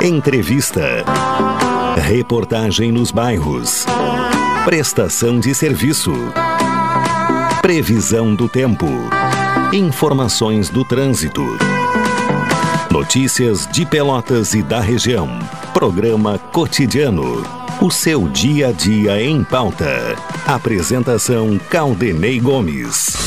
Entrevista. Reportagem nos bairros. Prestação de serviço. Previsão do tempo. Informações do trânsito. Notícias de Pelotas e da região. Programa Cotidiano. O seu dia a dia em pauta. Apresentação Caldenei Gomes.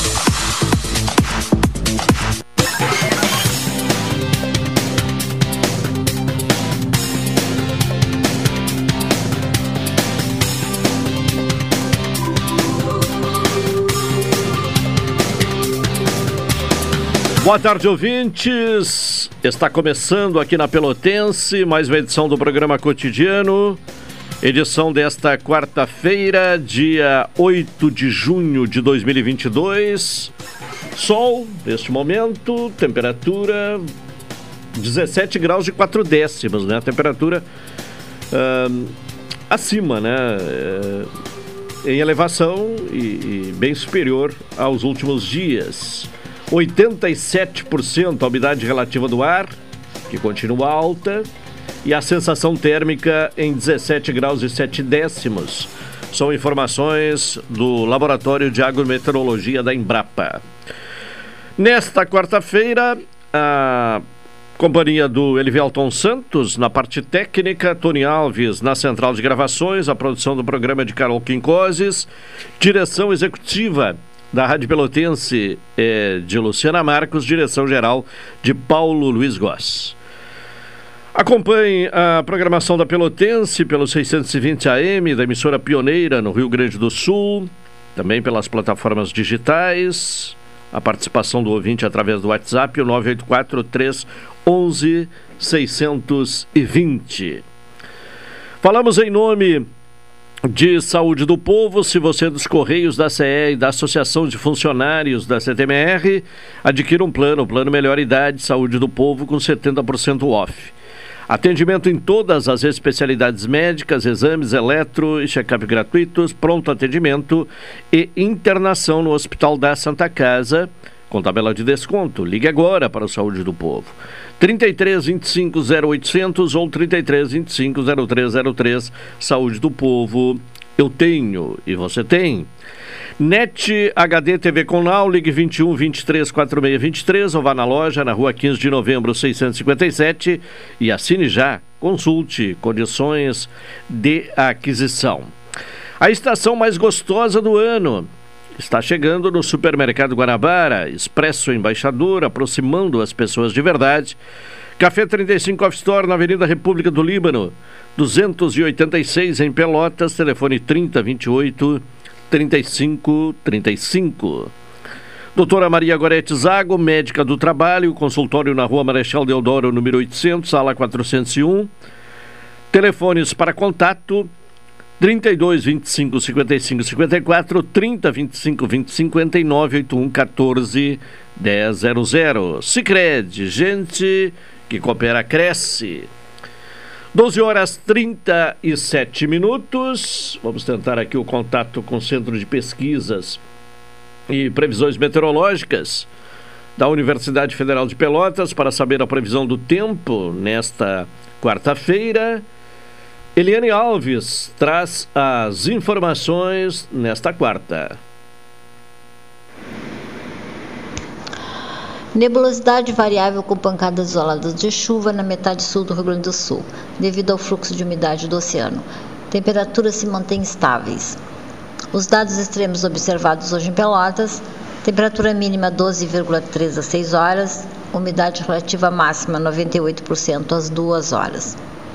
Boa tarde, ouvintes. Está começando aqui na Pelotense mais uma edição do programa Cotidiano. Edição desta quarta-feira, dia 8 de junho de 2022. Sol, neste momento, temperatura 17 graus e 4 décimos, né? Temperatura acima, né? Em elevação e bem superior aos últimos dias. 87% a umidade relativa do ar, que continua alta, e a sensação térmica em 17 graus e 7 décimos. São informações do Laboratório de Agrometeorologia da Embrapa. Nesta quarta-feira, a companhia do Elivelton Santos na parte técnica, Tony Alves na central de gravações, a produção do programa de Carol Quincoses, direção executiva da Rádio Pelotense de Luciana Marcos, direção-geral de Paulo Luiz Goss. Acompanhe a programação da Pelotense pelo 620 AM, da emissora pioneira no Rio Grande do Sul, também pelas plataformas digitais, a participação do ouvinte através do WhatsApp, o 984-311-620. Falamos em nome de Saúde do Povo. Se você é dos Correios, da CE e da Associação de Funcionários da CTMR, adquira um plano Melhor Idade Saúde do Povo com 70% off. Atendimento em todas as especialidades médicas, exames, eletro e check-up gratuitos, pronto atendimento e internação no Hospital da Santa Casa, com tabela de desconto. Ligue agora para o Saúde do Povo. 33 25 0800 ou 33 25 0303. Saúde do Povo, eu tenho e você tem. NET HD TV com Now, ligue 21 23 46 23 ou vá na loja na rua 15 de novembro 657 e assine já. Consulte condições de aquisição. A estação mais gostosa do ano está chegando no Supermercado Guanabara, Expresso Embaixador, aproximando as pessoas de verdade. Café 35 Off Store na Avenida República do Líbano, 286 em Pelotas, telefone 3028 3535. Doutora Maria Gorete Zago, médica do trabalho, consultório na Rua Marechal Deodoro, número 800, sala 401. Telefones para contato 32 25 55 54, 30 25 20 59, 81 14 1000. Sicredi, gente que coopera, cresce. 12 horas 37 minutos. Vamos tentar aqui o contato com o Centro de Pesquisas e Previsões Meteorológicas da Universidade Federal de Pelotas para saber a previsão do tempo nesta quarta-feira. Eliane Alves traz as informações nesta quarta. Nebulosidade variável com pancadas isoladas de chuva na metade sul do Rio Grande do Sul, devido ao fluxo de umidade do oceano. Temperaturas se mantêm estáveis. Os dados extremos observados hoje em Pelotas: temperatura mínima 12,3 às 6 horas, umidade relativa máxima 98% às 2 horas.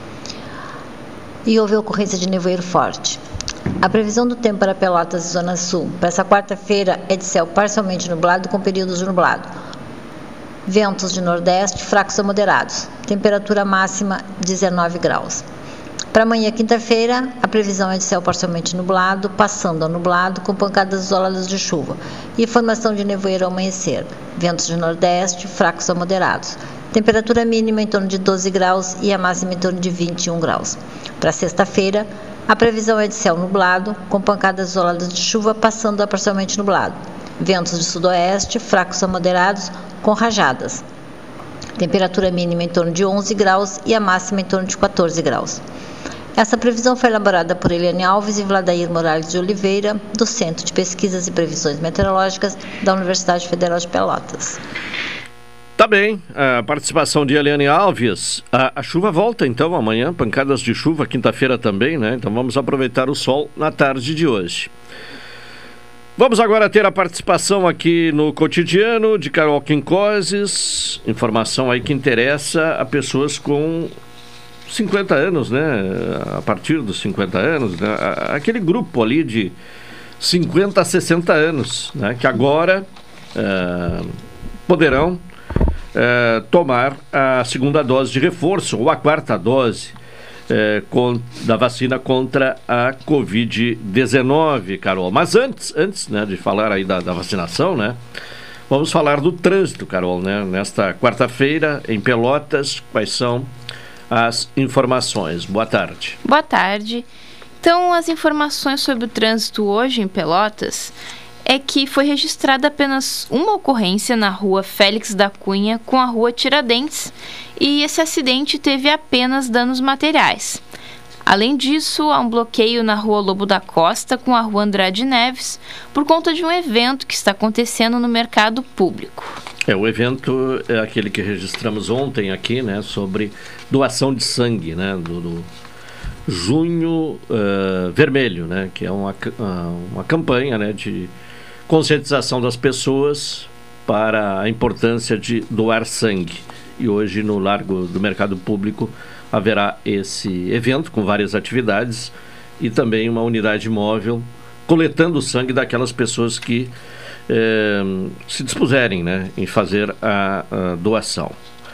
E houve ocorrência de nevoeiro forte. A previsão do tempo para Pelotas e Zona Sul para essa quarta-feira é de céu parcialmente nublado com períodos de nublado. Ventos de nordeste fracos a moderados. Temperatura máxima 19 graus. Para amanhã, quinta-feira, a previsão é de céu parcialmente nublado, passando a nublado com pancadas isoladas de chuva e formação de nevoeiro ao amanhecer. Ventos de nordeste fracos a moderados. Temperatura mínima em torno de 12 graus e a máxima em torno de 21 graus. Para sexta-feira, a previsão é de céu nublado, com pancadas isoladas de chuva passando a parcialmente nublado. Ventos de sudoeste, fracos a moderados, com rajadas. Temperatura mínima em torno de 11 graus e a máxima em torno de 14 graus. Essa previsão foi elaborada por Eliane Alves e Vladair Morales de Oliveira, do Centro de Pesquisas e Previsões Meteorológicas da Universidade Federal de Pelotas. Tá bem, a participação de Eliane Alves. A chuva volta então amanhã, pancadas de chuva, quinta-feira também, né? Então vamos aproveitar o sol na tarde de hoje. Vamos agora ter a participação aqui no Cotidiano de Carol Quincoses, informação aí que interessa a pessoas com 50 anos, né? A partir dos 50 anos, né? Aquele grupo ali de 50 a 60 anos, né? Que agora poderão tomar a segunda dose de reforço ou a quarta dose da vacina contra a Covid-19, Carol. Mas antes, né, de falar aí da vacinação, né? Vamos falar do trânsito, Carol, né? Nesta quarta-feira, em Pelotas, quais são as informações? Boa tarde. Boa tarde. Então, as informações sobre o trânsito hoje em Pelotas é que foi registrada apenas uma ocorrência na rua Félix da Cunha com a rua Tiradentes e esse acidente teve apenas danos materiais. Além disso, há um bloqueio na rua Lobo da Costa com a rua Andrade Neves por conta de um evento que está acontecendo no mercado público. O evento é aquele que registramos ontem aqui, né, sobre doação de sangue, né, do Junho Vermelho, né, que é uma campanha, né, de conscientização das pessoas para a importância de doar sangue. E hoje no Largo do Mercado Público haverá esse evento com várias atividades e também uma unidade móvel coletando o sangue daquelas pessoas que se dispuserem, né, em fazer a doação.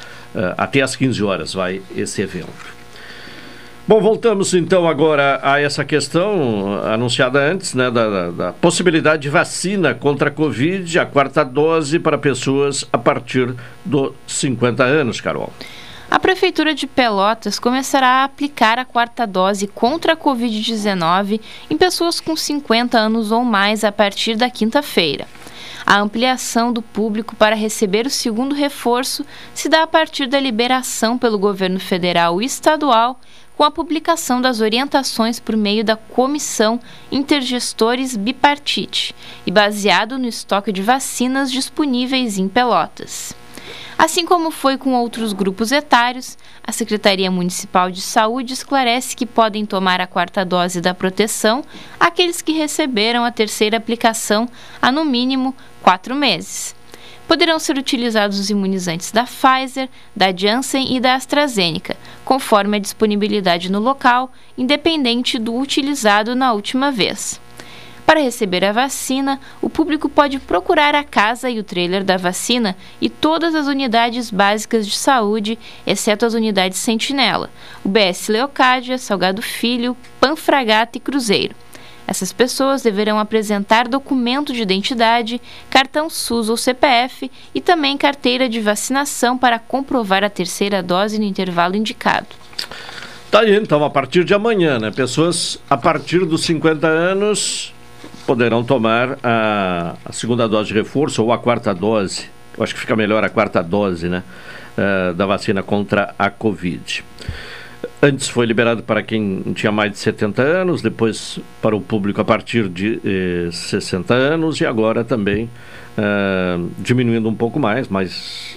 Até às 15 horas vai esse evento. Bom, voltamos então agora a essa questão anunciada antes, né, da possibilidade de vacina contra a Covid, a quarta dose para pessoas a partir dos 50 anos, Carol. A Prefeitura de Pelotas começará a aplicar a quarta dose contra a Covid-19 em pessoas com 50 anos ou mais a partir da quinta-feira. A ampliação do público para receber o segundo reforço se dá a partir da liberação pelo governo federal e estadual com a publicação das orientações por meio da Comissão Intergestores Bipartite e baseado no estoque de vacinas disponíveis em Pelotas. Assim como foi com outros grupos etários, a Secretaria Municipal de Saúde esclarece que podem tomar a quarta dose da proteção aqueles que receberam a terceira aplicação há no mínimo 4 meses. Poderão ser utilizados os imunizantes da Pfizer, da Janssen e da AstraZeneca, conforme a disponibilidade no local, independente do utilizado na última vez. Para receber a vacina, o público pode procurar a casa e o trailer da vacina e todas as unidades básicas de saúde, exceto as unidades Sentinela, UBS Leocádia, Salgado Filho, Panfragata e Cruzeiro. Essas pessoas deverão apresentar documento de identidade, cartão SUS ou CPF e também carteira de vacinação para comprovar a terceira dose no intervalo indicado. Tá aí, então, a partir de amanhã, né? Pessoas a partir dos 50 anos poderão tomar a segunda dose de reforço ou a quarta dose. Eu acho que fica melhor a quarta dose, né? Da vacina contra a Covid. Antes foi liberado para quem tinha mais de 70 anos, depois para o público a partir de 60 anos e agora também diminuindo um pouco mais, mas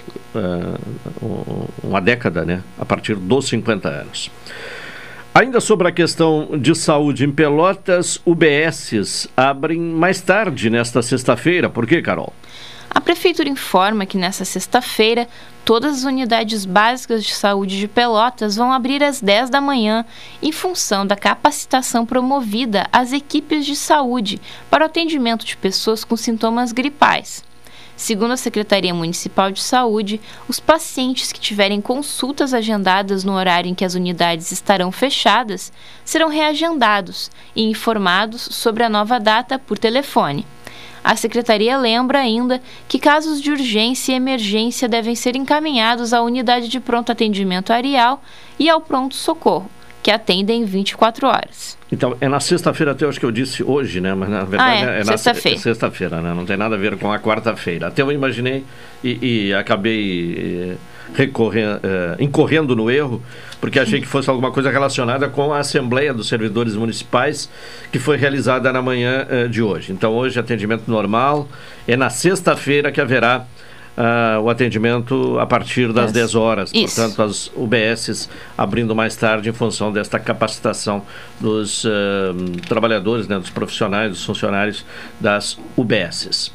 uma década, né, a partir dos 50 anos. Ainda sobre a questão de saúde em Pelotas, UBSs abrem mais tarde nesta sexta-feira. Por quê, Carol? A Prefeitura informa que nesta sexta-feira, todas as unidades básicas de saúde de Pelotas vão abrir às 10 da manhã, em função da capacitação promovida às equipes de saúde para o atendimento de pessoas com sintomas gripais. Segundo a Secretaria Municipal de Saúde, os pacientes que tiverem consultas agendadas no horário em que as unidades estarão fechadas serão reagendados e informados sobre a nova data por telefone. A Secretaria lembra ainda que casos de urgência e emergência devem ser encaminhados à unidade de pronto atendimento Arial e ao pronto-socorro, que atendem 24 horas. Então, é na sexta-feira, até acho que eu disse hoje, né? Mas na verdade é na sexta-feira, né? Não tem nada a ver com a quarta-feira. Até eu imaginei e acabei incorrendo no erro, porque achei que fosse alguma coisa relacionada com a Assembleia dos Servidores Municipais, que foi realizada na manhã de hoje. Então, hoje, atendimento normal. É na sexta-feira que haverá o atendimento a partir das 10 horas. Isso. Portanto, as UBSs abrindo mais tarde em função desta capacitação dos trabalhadores, né, dos profissionais, dos funcionários das UBSs.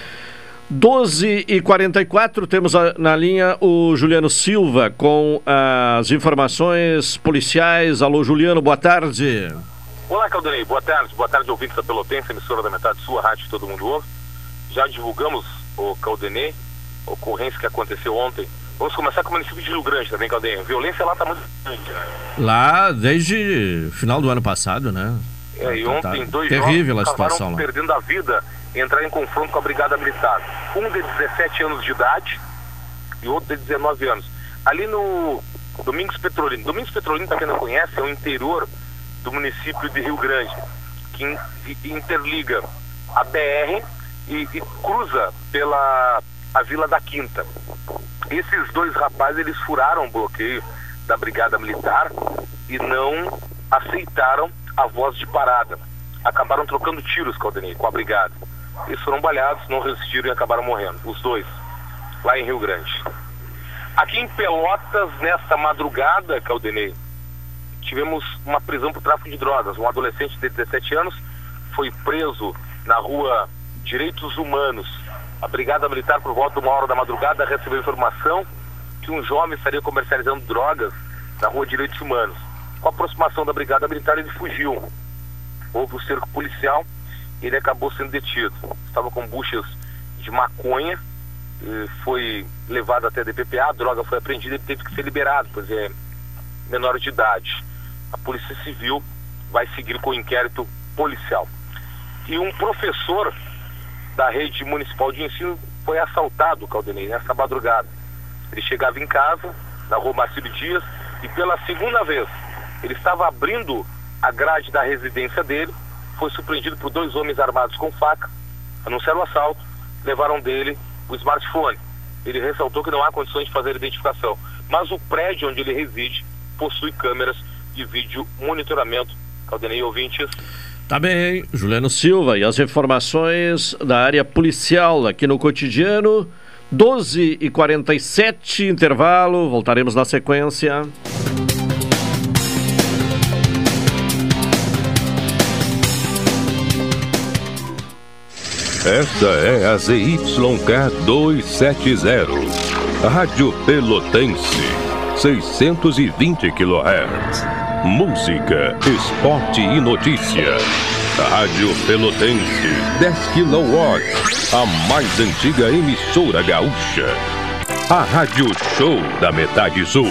12h44, temos na linha o Juliano Silva com as informações policiais. Alô, Juliano, boa tarde. Olá, Caldenei, boa tarde, ouvintes da Pelotense, emissora da Metade Sul, a rádio Todo Mundo Ouve. Já divulgamos, o Caldenei, a ocorrência que aconteceu ontem. Vamos começar com o município de Rio Grande também, Caldenei. A violência lá está muito grande, né? Lá desde final do ano passado, né? E ontem dois terrível jovens a situação lá, perdendo a vida, entrar em confronto com a Brigada Militar. Um de 17 anos de idade e outro de 19 anos. Ali no Domingos Petrolino. Domingos Petrolino, para quem não conhece, é o interior do município de Rio Grande, que interliga a BR e cruza pela a Vila da Quinta. Esses dois rapazes, eles furaram o bloqueio da Brigada Militar e não aceitaram a voz de parada. Acabaram trocando tiros, Caldenei, com a Brigada. Eles foram baleados, não resistiram e acabaram morrendo. Os dois, lá em Rio Grande. Aqui em Pelotas, nesta madrugada, Caldenei, tivemos uma prisão por tráfico de drogas. Um adolescente de 17 anos foi preso na rua Direitos Humanos. A Brigada Militar, por volta de 1h da madrugada, recebeu informação que um jovem estaria comercializando drogas na rua Direitos Humanos. Com a aproximação da Brigada Militar, ele fugiu. Houve um cerco policial e ele acabou sendo detido. Estava com buchas de maconha, foi levado até a DPPA, a droga foi apreendida e ele teve que ser liberado, pois é menor de idade. A Polícia Civil vai seguir com o inquérito policial. E um professor da rede municipal de ensino foi assaltado, Caldenei, nessa madrugada. Ele chegava em casa, na rua Marcílio Dias, e pela segunda vez ele estava abrindo a grade da residência dele, foi surpreendido por dois homens armados com faca, anunciaram o assalto, levaram dele o smartphone. Ele ressaltou que não há condições de fazer identificação, mas o prédio onde ele reside possui câmeras de vídeo monitoramento. Caldenei, ouvintes. Tá bem, Juliano Silva, e as informações da área policial aqui no Cotidiano. 12h47, intervalo, voltaremos na sequência. Esta é a ZYK 270, Rádio Pelotense, 620 kHz. Música, esporte e notícia. Rádio Pelotense, 10 kW, a mais antiga emissora gaúcha. A Rádio Show da Metade Sul.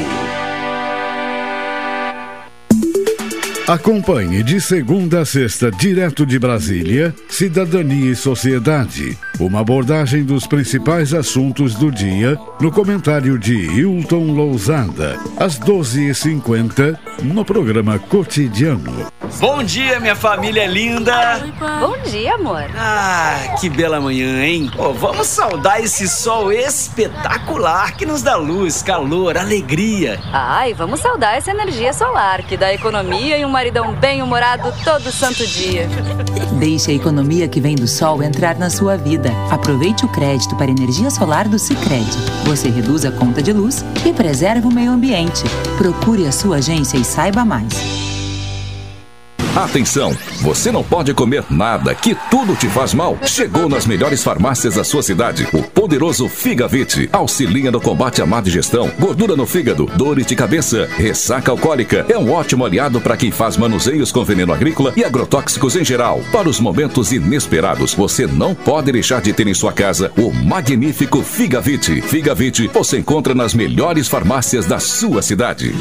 Acompanhe de segunda a sexta, direto de Brasília, Cidadania e Sociedade. Uma abordagem dos principais assuntos do dia, no comentário de Hilton Lousada, às 12h50, no programa Cotidiano. Bom dia, minha família linda! Bom dia, amor! Ah, que bela manhã, hein? Oh, vamos saudar esse sol espetacular que nos dá luz, calor, alegria. Ai, vamos saudar essa energia solar que dá economia e um maridão bem-humorado todo santo dia. Deixe a economia que vem do sol entrar na sua vida. Aproveite o crédito para energia solar do Sicredi. Você reduz a conta de luz e preserva o meio ambiente. Procure a sua agência e saiba mais. Atenção, você não pode comer nada, que tudo te faz mal. Chegou nas melhores farmácias da sua cidade o poderoso Figavit. Auxilia no combate à má digestão, gordura no fígado, dores de cabeça, ressaca alcoólica. É um ótimo aliado para quem faz manuseios com veneno agrícola e agrotóxicos em geral. Para os momentos inesperados, você não pode deixar de ter em sua casa o magnífico Figavit. Figavit você encontra nas melhores farmácias da sua cidade.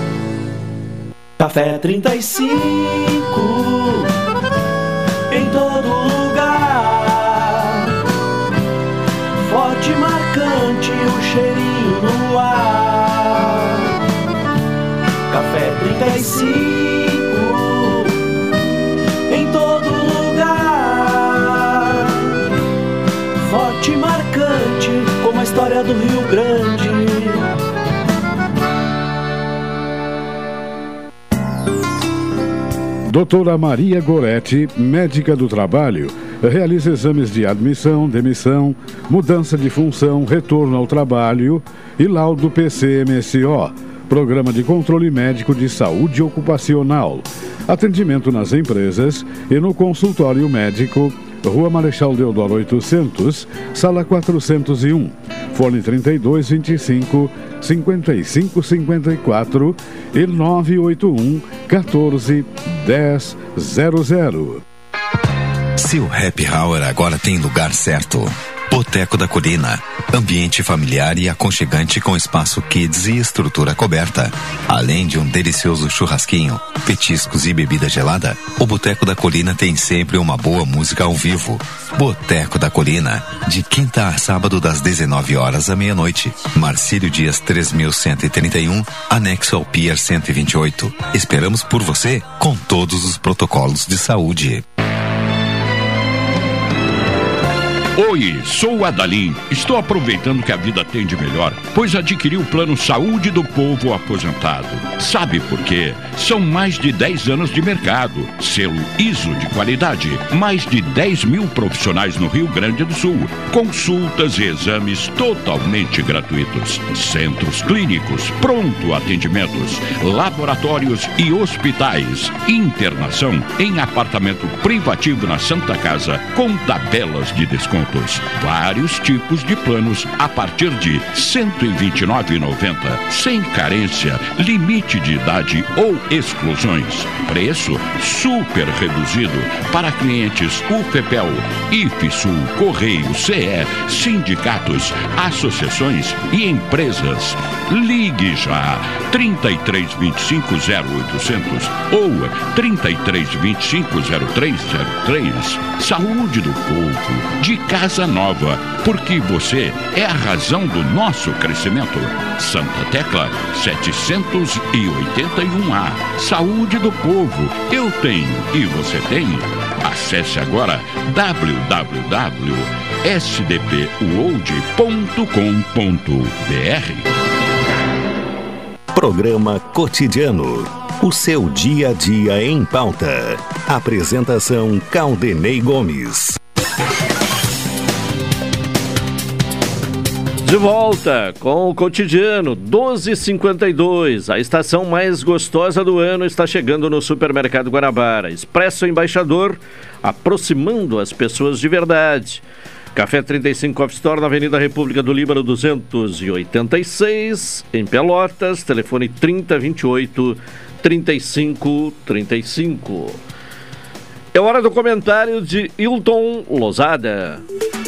Café 35, em todo lugar, forte e marcante, o cheirinho no ar. Café 35, em todo lugar, forte e marcante, como a história do Rio Grande. Doutora Maria Goretti, médica do trabalho, realiza exames de admissão, demissão, mudança de função, retorno ao trabalho e laudo PCMSO, Programa de Controle Médico de Saúde Ocupacional. Atendimento nas empresas e no consultório médico, Rua Marechal Deodoro 800, Sala 401, fone 3225 5554 e 981 14 1000. Seu happy hour agora tem lugar certo. Boteco da Colina. Ambiente familiar e aconchegante com espaço kids e estrutura coberta. Além de um delicioso churrasquinho, petiscos e bebida gelada, o Boteco da Colina tem sempre uma boa música ao vivo. Boteco da Colina, de quinta a sábado das 19 horas à meia-noite. Marcílio Dias 3131, anexo ao Pier 128. Esperamos por você com todos os protocolos de saúde. Oi, sou o Adalim. Estou aproveitando que a vida tem de melhor, pois adquiri o plano Saúde do Povo Aposentado. Sabe por quê? São mais de 10 anos de mercado, selo ISO de qualidade, mais de 10 mil profissionais no Rio Grande do Sul, consultas e exames totalmente gratuitos, centros clínicos, pronto atendimentos, laboratórios e hospitais, internação em apartamento privativo na Santa Casa, com tabelas de desconto. Vários tipos de planos a partir de R$ 129,90, sem carência, limite de idade ou exclusões. Preço super reduzido para clientes UFPEL, IFSUL, Correio, CE, sindicatos, associações e empresas. Ligue já 3325 0800 ou 3325 0303. Saúde do Povo, de Casa Nova, porque você é a razão do nosso crescimento. Santa Tecla 781A. Saúde do Povo, eu tenho e você tem. Acesse agora www.sdpworld.com.br. Programa Cotidiano. O seu dia a dia em pauta. Apresentação Caldenei Gomes. De volta com o Cotidiano, 12h52. A estação mais gostosa do ano está chegando no Supermercado Guanabara. Expresso Embaixador, aproximando as pessoas de verdade. Café 35 Coffee Store na Avenida República do Líbano 286, em Pelotas. Telefone 3028-3535. É hora do comentário de Hilton Lozada.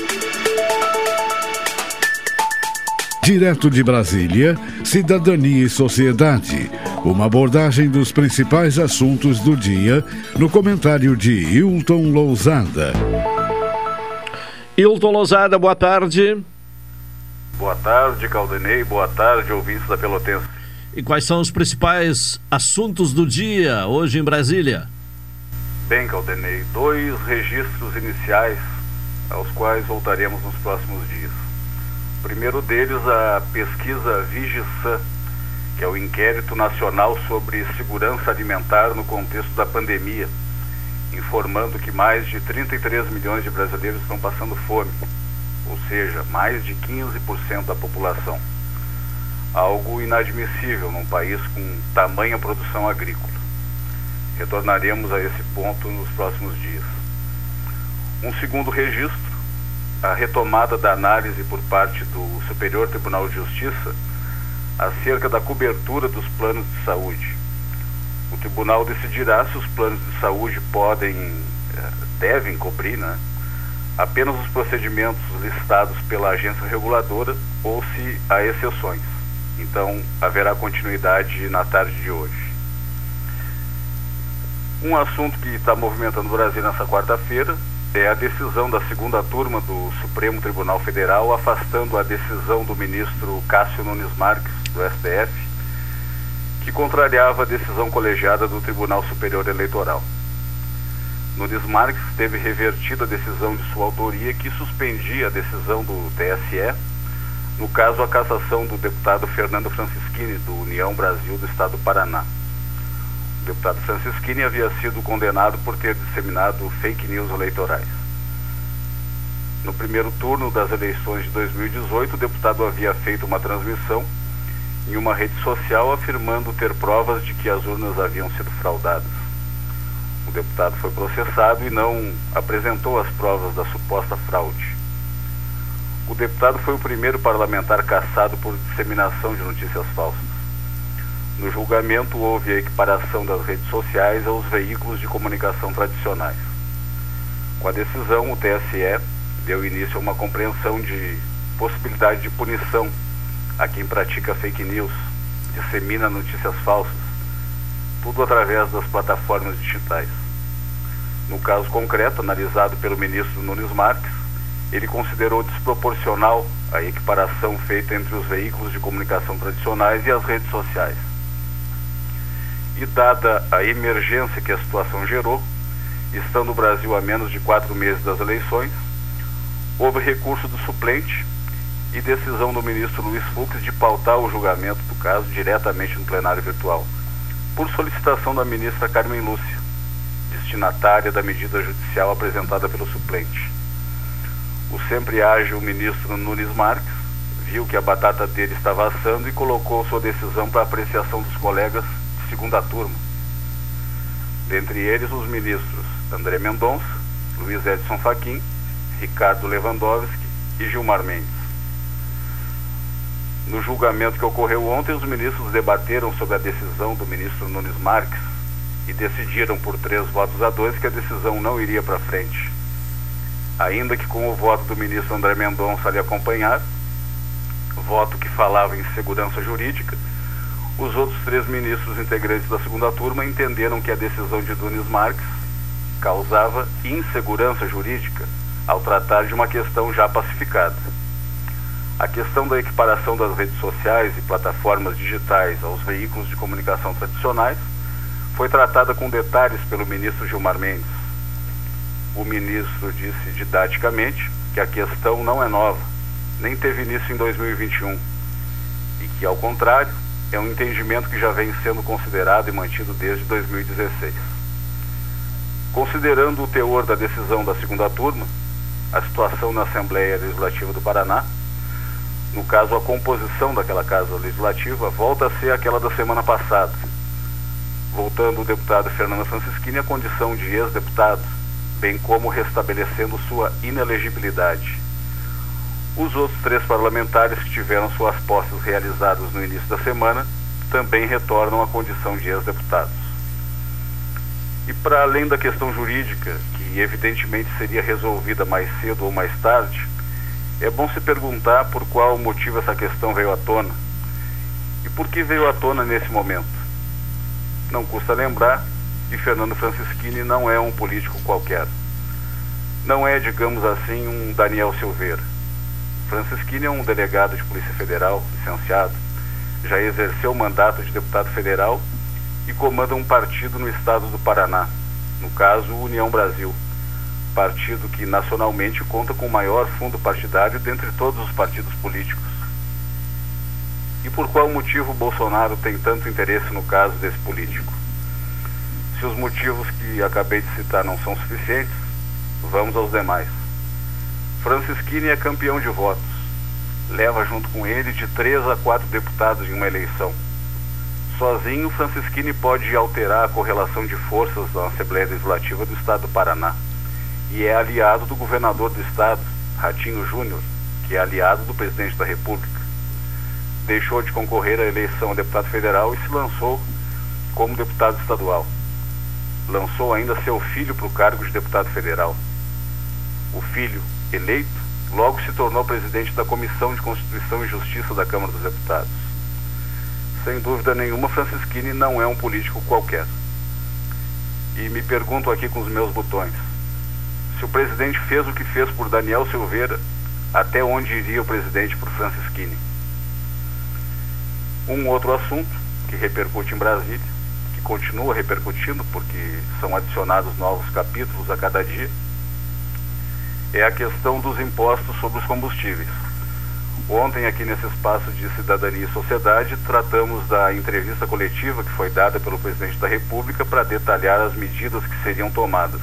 Direto de Brasília, Cidadania e Sociedade. Uma abordagem dos principais assuntos do dia no comentário de Hilton Lozada. Hilton Lozada, boa tarde. Boa tarde, Caldenei. Boa tarde, ouvintes da Pelotense. E quais são os principais assuntos do dia hoje em Brasília? Bem, Caldenei, 2 registros iniciais aos quais voltaremos nos próximos dias. O primeiro deles, a pesquisa Vigissan, que é o Inquérito Nacional sobre Segurança Alimentar no contexto da pandemia, informando que mais de 33 milhões de brasileiros estão passando fome, ou seja, mais de 15% da população. Algo inadmissível num país com tamanha produção agrícola. Retornaremos a esse ponto nos próximos dias. Um segundo registro, a retomada da análise por parte do Superior Tribunal de Justiça acerca da cobertura dos planos de saúde. O tribunal decidirá se os planos de saúde devem cobrir, apenas os procedimentos listados pela agência reguladora ou se há exceções. Então, haverá continuidade na tarde de hoje. Um assunto que está movimentando o Brasil nessa quarta-feira é a decisão da segunda turma do Supremo Tribunal Federal afastando a decisão do ministro Cássio Nunes Marques, do STF, que contrariava a decisão colegiada do Tribunal Superior Eleitoral. Nunes Marques teve revertida a decisão de sua autoria que suspendia a decisão do TSE, no caso a cassação do deputado Fernando Francischini, do União Brasil do Estado do Paraná. O deputado Francisquini havia sido condenado por ter disseminado fake news eleitorais. No primeiro turno das eleições de 2018, o deputado havia feito uma transmissão em uma rede social afirmando ter provas de que as urnas haviam sido fraudadas. O deputado foi processado e não apresentou as provas da suposta fraude. O deputado foi o primeiro parlamentar cassado por disseminação de notícias falsas. No julgamento, houve a equiparação das redes sociais aos veículos de comunicação tradicionais. Com a decisão, o TSE deu início a uma compreensão de possibilidade de punição a quem pratica fake news, dissemina notícias falsas, tudo através das plataformas digitais. No caso concreto, analisado pelo ministro Nunes Marques, ele considerou desproporcional a equiparação feita entre os veículos de comunicação tradicionais e as redes sociais. E dada a emergência que a situação gerou, estando o Brasil a menos de 4 meses das eleições, houve recurso do suplente e decisão do ministro Luiz Fux de pautar o julgamento do caso diretamente no plenário virtual, por solicitação da ministra Carmen Lúcia, destinatária da medida judicial apresentada pelo suplente. O sempre ágil ministro Nunes Marques viu que a batata dele estava assando e colocou sua decisão para apreciação dos colegas de segunda turma. Dentre eles, os ministros André Mendonça, Luiz Edson Fachin, Ricardo Lewandowski e Gilmar Mendes. No julgamento que ocorreu ontem, os ministros debateram sobre a decisão do ministro Nunes Marques e decidiram por 3-2 que a decisão não iria para frente. Ainda que com o voto do ministro André Mendonça lhe acompanhar, voto que falava em segurança jurídica, os outros 3 ministros integrantes da segunda turma entenderam que a decisão de Nunes Marques causava insegurança jurídica ao tratar de uma questão já pacificada. A questão da equiparação das redes sociais e plataformas digitais aos veículos de comunicação tradicionais foi tratada com detalhes pelo ministro Gilmar Mendes. O ministro disse didaticamente que a questão não é nova, nem teve início em 2021, e que, ao contrário, é um entendimento que já vem sendo considerado e mantido desde 2016. Considerando o teor da decisão da segunda turma, a situação na Assembleia Legislativa do Paraná, no caso a composição daquela Casa Legislativa, volta a ser aquela da semana passada, voltando o deputado Fernando Francisquini à condição de ex-deputado, bem como restabelecendo sua inelegibilidade. Os outros 3 parlamentares que tiveram suas posses realizadas no início da semana também retornam à condição de ex-deputados. E para além da questão jurídica, que evidentemente seria resolvida mais cedo ou mais tarde, é bom se perguntar por qual motivo essa questão veio à tona e por que veio à tona nesse momento. Não custa lembrar que Fernando Francisquini não é um político qualquer. Não é, digamos assim, um Daniel Silveira. Francisquini é um delegado de Polícia Federal, licenciado, já exerceu o mandato de deputado federal e comanda um partido no estado do Paraná, no caso União Brasil, partido que nacionalmente conta com o maior fundo partidário dentre todos os partidos políticos. E por qual motivo Bolsonaro tem tanto interesse no caso desse político? Se os motivos que acabei de citar não são suficientes, vamos aos demais. Francisquini é campeão de votos. Leva junto com ele de 3 a 4 deputados em uma eleição. Sozinho, Francisquini pode alterar a correlação de forças da Assembleia Legislativa do Estado do Paraná. E é aliado do governador do estado, Ratinho Júnior, que é aliado do presidente da República. Deixou de concorrer à eleição a deputado federal e se lançou como deputado estadual. Lançou ainda seu filho para o cargo de deputado federal. O filho, eleito, logo se tornou presidente da Comissão de Constituição e Justiça da Câmara dos Deputados. Sem dúvida nenhuma, Francisquini não é um político qualquer. E me pergunto aqui com os meus botões, se o presidente fez o que fez por Daniel Silveira, até onde iria o presidente por Francisquini? Um outro assunto que repercute em Brasília, que continua repercutindo porque são adicionados novos capítulos a cada dia, é a questão dos impostos sobre os combustíveis. Ontem, aqui nesse espaço de Cidadania e Sociedade, tratamos da entrevista coletiva que foi dada pelo presidente da República para detalhar as medidas que seriam tomadas.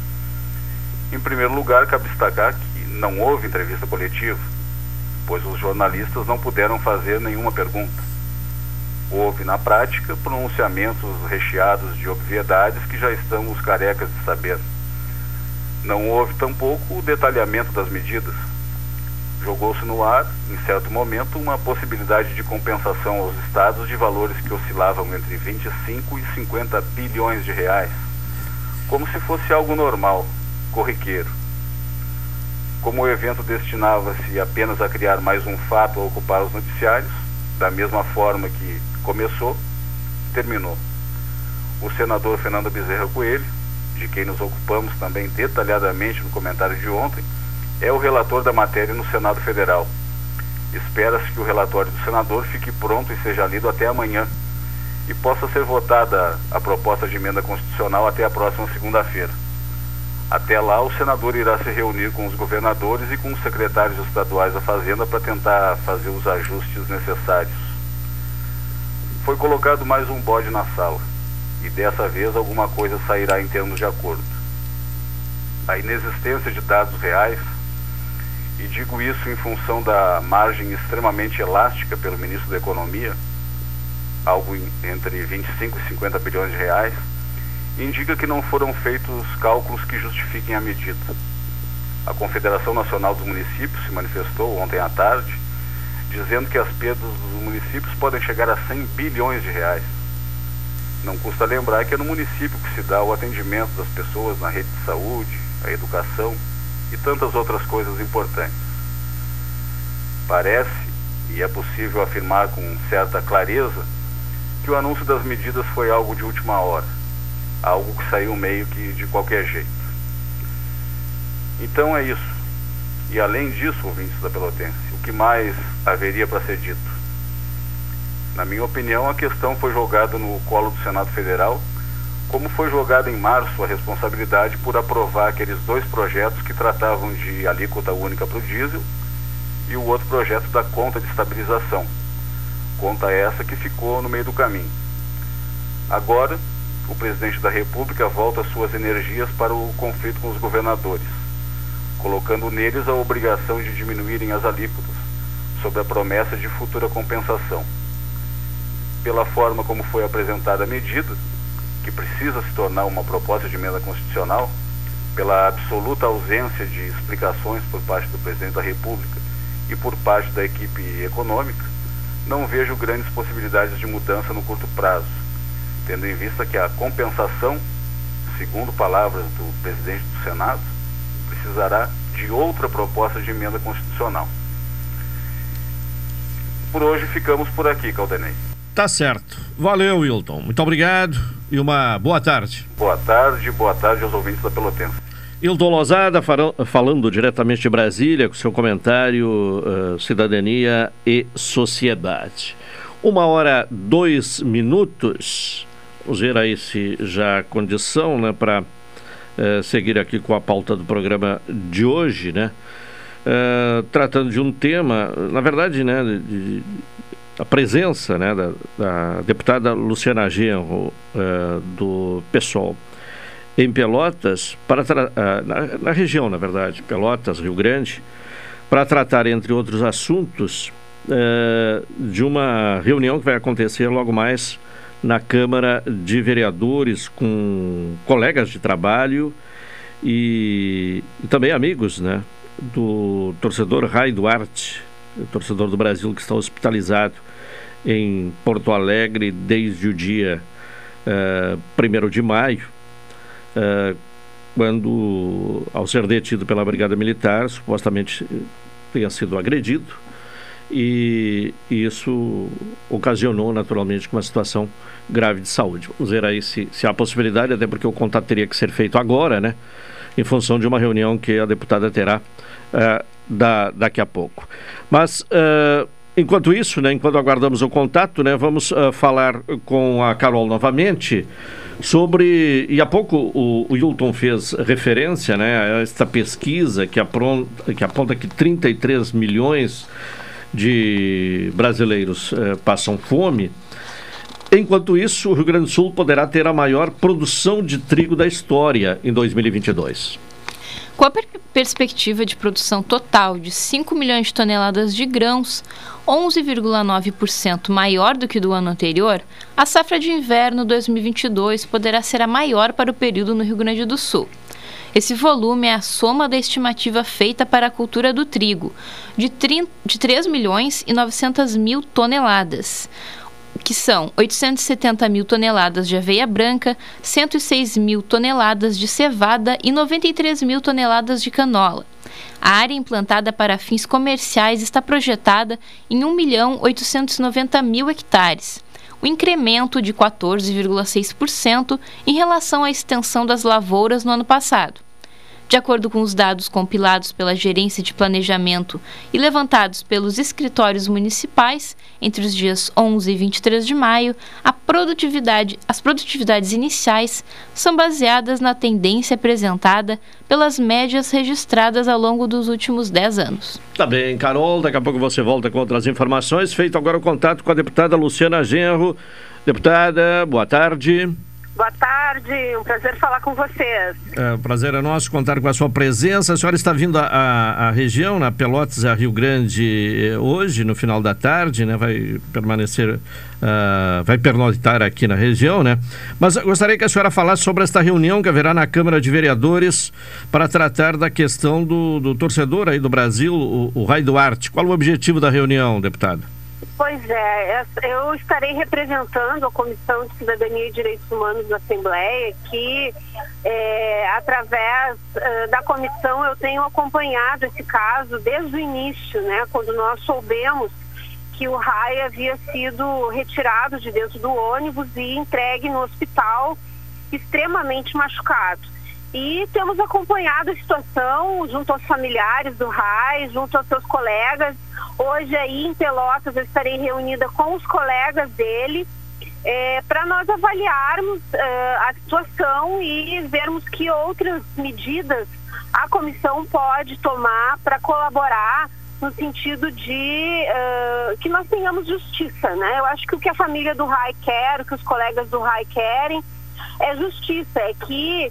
Em primeiro lugar, cabe destacar que não houve entrevista coletiva, pois os jornalistas não puderam fazer nenhuma pergunta. Houve, na prática, pronunciamentos recheados de obviedades que já estamos carecas de saber. Não houve, tampouco, o detalhamento das medidas. Jogou-se no ar, em certo momento, uma possibilidade de compensação aos estados de valores que oscilavam entre 25 e 50 bilhões de reais, como se fosse algo normal, corriqueiro. Como o evento destinava-se apenas a criar mais um fato a ocupar os noticiários, da mesma forma que começou, terminou. O senador Fernando Bezerra Coelho, de quem nos ocupamos também detalhadamente no comentário de ontem, é o relator da matéria no Senado Federal. Espera-se que o relatório do senador fique pronto e seja lido até amanhã e possa ser votada a proposta de emenda constitucional até a próxima segunda-feira. Até lá, o senador irá se reunir com os governadores e com os secretários estaduais da Fazenda para tentar fazer os ajustes necessários. Foi colocado mais um bode na sala e dessa vez alguma coisa sairá em termos de acordo. A inexistência de dados reais, e digo isso em função da margem extremamente elástica pelo ministro da Economia, algo entre 25 e 50 bilhões de reais, indica que não foram feitos cálculos que justifiquem a medida. A Confederação Nacional dos Municípios se manifestou ontem à tarde, dizendo que as perdas dos municípios podem chegar a 100 bilhões de reais. Não custa lembrar que é no município que se dá o atendimento das pessoas na rede de saúde, a educação e tantas outras coisas importantes. Parece, e é possível afirmar com certa clareza, que o anúncio das medidas foi algo de última hora, algo que saiu meio que de qualquer jeito. Então é isso. E além disso, ouvintes da Pelotense, o que mais haveria para ser dito? Na minha opinião, a questão foi jogada no colo do Senado Federal, como foi jogada em março a responsabilidade por aprovar aqueles dois projetos que tratavam de alíquota única para o diesel e o outro projeto da conta de estabilização, conta essa que ficou no meio do caminho. Agora, o presidente da República volta suas energias para o conflito com os governadores, colocando neles a obrigação de diminuírem as alíquotas, sob a promessa de futura compensação. Pela forma como foi apresentada a medida, que precisa se tornar uma proposta de emenda constitucional, pela absoluta ausência de explicações por parte do presidente da República e por parte da equipe econômica, não vejo grandes possibilidades de mudança no curto prazo, tendo em vista que a compensação, segundo palavras do presidente do Senado, precisará de outra proposta de emenda constitucional. Por hoje ficamos por aqui, Caldenei. Tá certo. Valeu, Wilton. Muito obrigado e uma boa tarde. Boa tarde aos ouvintes da Pelotense. Wilton Losada falando diretamente de Brasília com seu comentário Cidadania e Sociedade. 1h02. Vamos ver aí se já há condição, né, para seguir aqui com a pauta do programa de hoje, né? Tratando de um tema, na verdade, né, a presença, né, da deputada Luciana Genro, do PSOL, em Pelotas, na região, na verdade, Pelotas, Rio Grande, para tratar, entre outros assuntos, de uma reunião que vai acontecer logo mais na Câmara de Vereadores, com colegas de trabalho e também amigos, né, do torcedor Ray Duarte, torcedor do Brasil que está hospitalizado em Porto Alegre desde o dia 1º de maio, quando, ao ser detido pela Brigada Militar, supostamente tenha sido agredido, e isso ocasionou naturalmente uma situação grave de saúde. Vamos ver aí se há possibilidade, até porque o contato teria que ser feito agora, né, em função de uma reunião que a deputada terá daqui a pouco. Mas enquanto isso, né, enquanto aguardamos o contato, né, vamos falar com a Carol novamente sobre, e há pouco o Wilton fez referência, né, a esta pesquisa que aponta que 33 milhões de brasileiros passam fome. Enquanto isso, o Rio Grande do Sul poderá ter a maior produção de trigo da história em 2022. Com a perspectiva de produção total de 5 milhões de toneladas de grãos, 11,9% maior do que do ano anterior, a safra de inverno 2022 poderá ser a maior para o período no Rio Grande do Sul. Esse volume é a soma da estimativa feita para a cultura do trigo, de 3 milhões e 900 mil toneladas, que são 870 mil toneladas de aveia branca, 106 mil toneladas de cevada e 93 mil toneladas de canola. A área implantada para fins comerciais está projetada em 1.890.000 hectares, um incremento de 14,6% em relação à extensão das lavouras no ano passado. De acordo com os dados compilados pela Gerência de Planejamento e levantados pelos escritórios municipais, entre os dias 11 e 23 de maio, as produtividades iniciais são baseadas na tendência apresentada pelas médias registradas ao longo dos últimos 10 anos. Tá bem, Carol, daqui a pouco você volta com outras informações. Feito agora o contato com a deputada Luciana Genro. Deputada, boa tarde. Boa tarde, um prazer falar com vocês. O prazer é nosso contar com a sua presença. A senhora está vindo à região, na Pelotas, a Rio Grande, hoje, no final da tarde, né? Vai permanecer, vai pernoitar aqui na região, né? Mas eu gostaria que a senhora falasse sobre esta reunião que haverá na Câmara de Vereadores para tratar da questão do torcedor aí do Brasil, o Rai Duarte. Qual o objetivo da reunião, deputada? Pois é, eu estarei representando a Comissão de Cidadania e Direitos Humanos da Assembleia, que através da comissão eu tenho acompanhado esse caso desde o início, né, quando nós soubemos que o Rai havia sido retirado de dentro do ônibus e entregue no hospital extremamente machucado. E temos acompanhado a situação junto aos familiares do Rai, junto aos seus colegas. Hoje aí em Pelotas eu estarei reunida com os colegas dele para nós avaliarmos a situação e vermos que outras medidas a comissão pode tomar para colaborar no sentido de que nós tenhamos justiça, né? Eu acho que o que a família do Rai quer, o que os colegas do Rai querem, é justiça, é que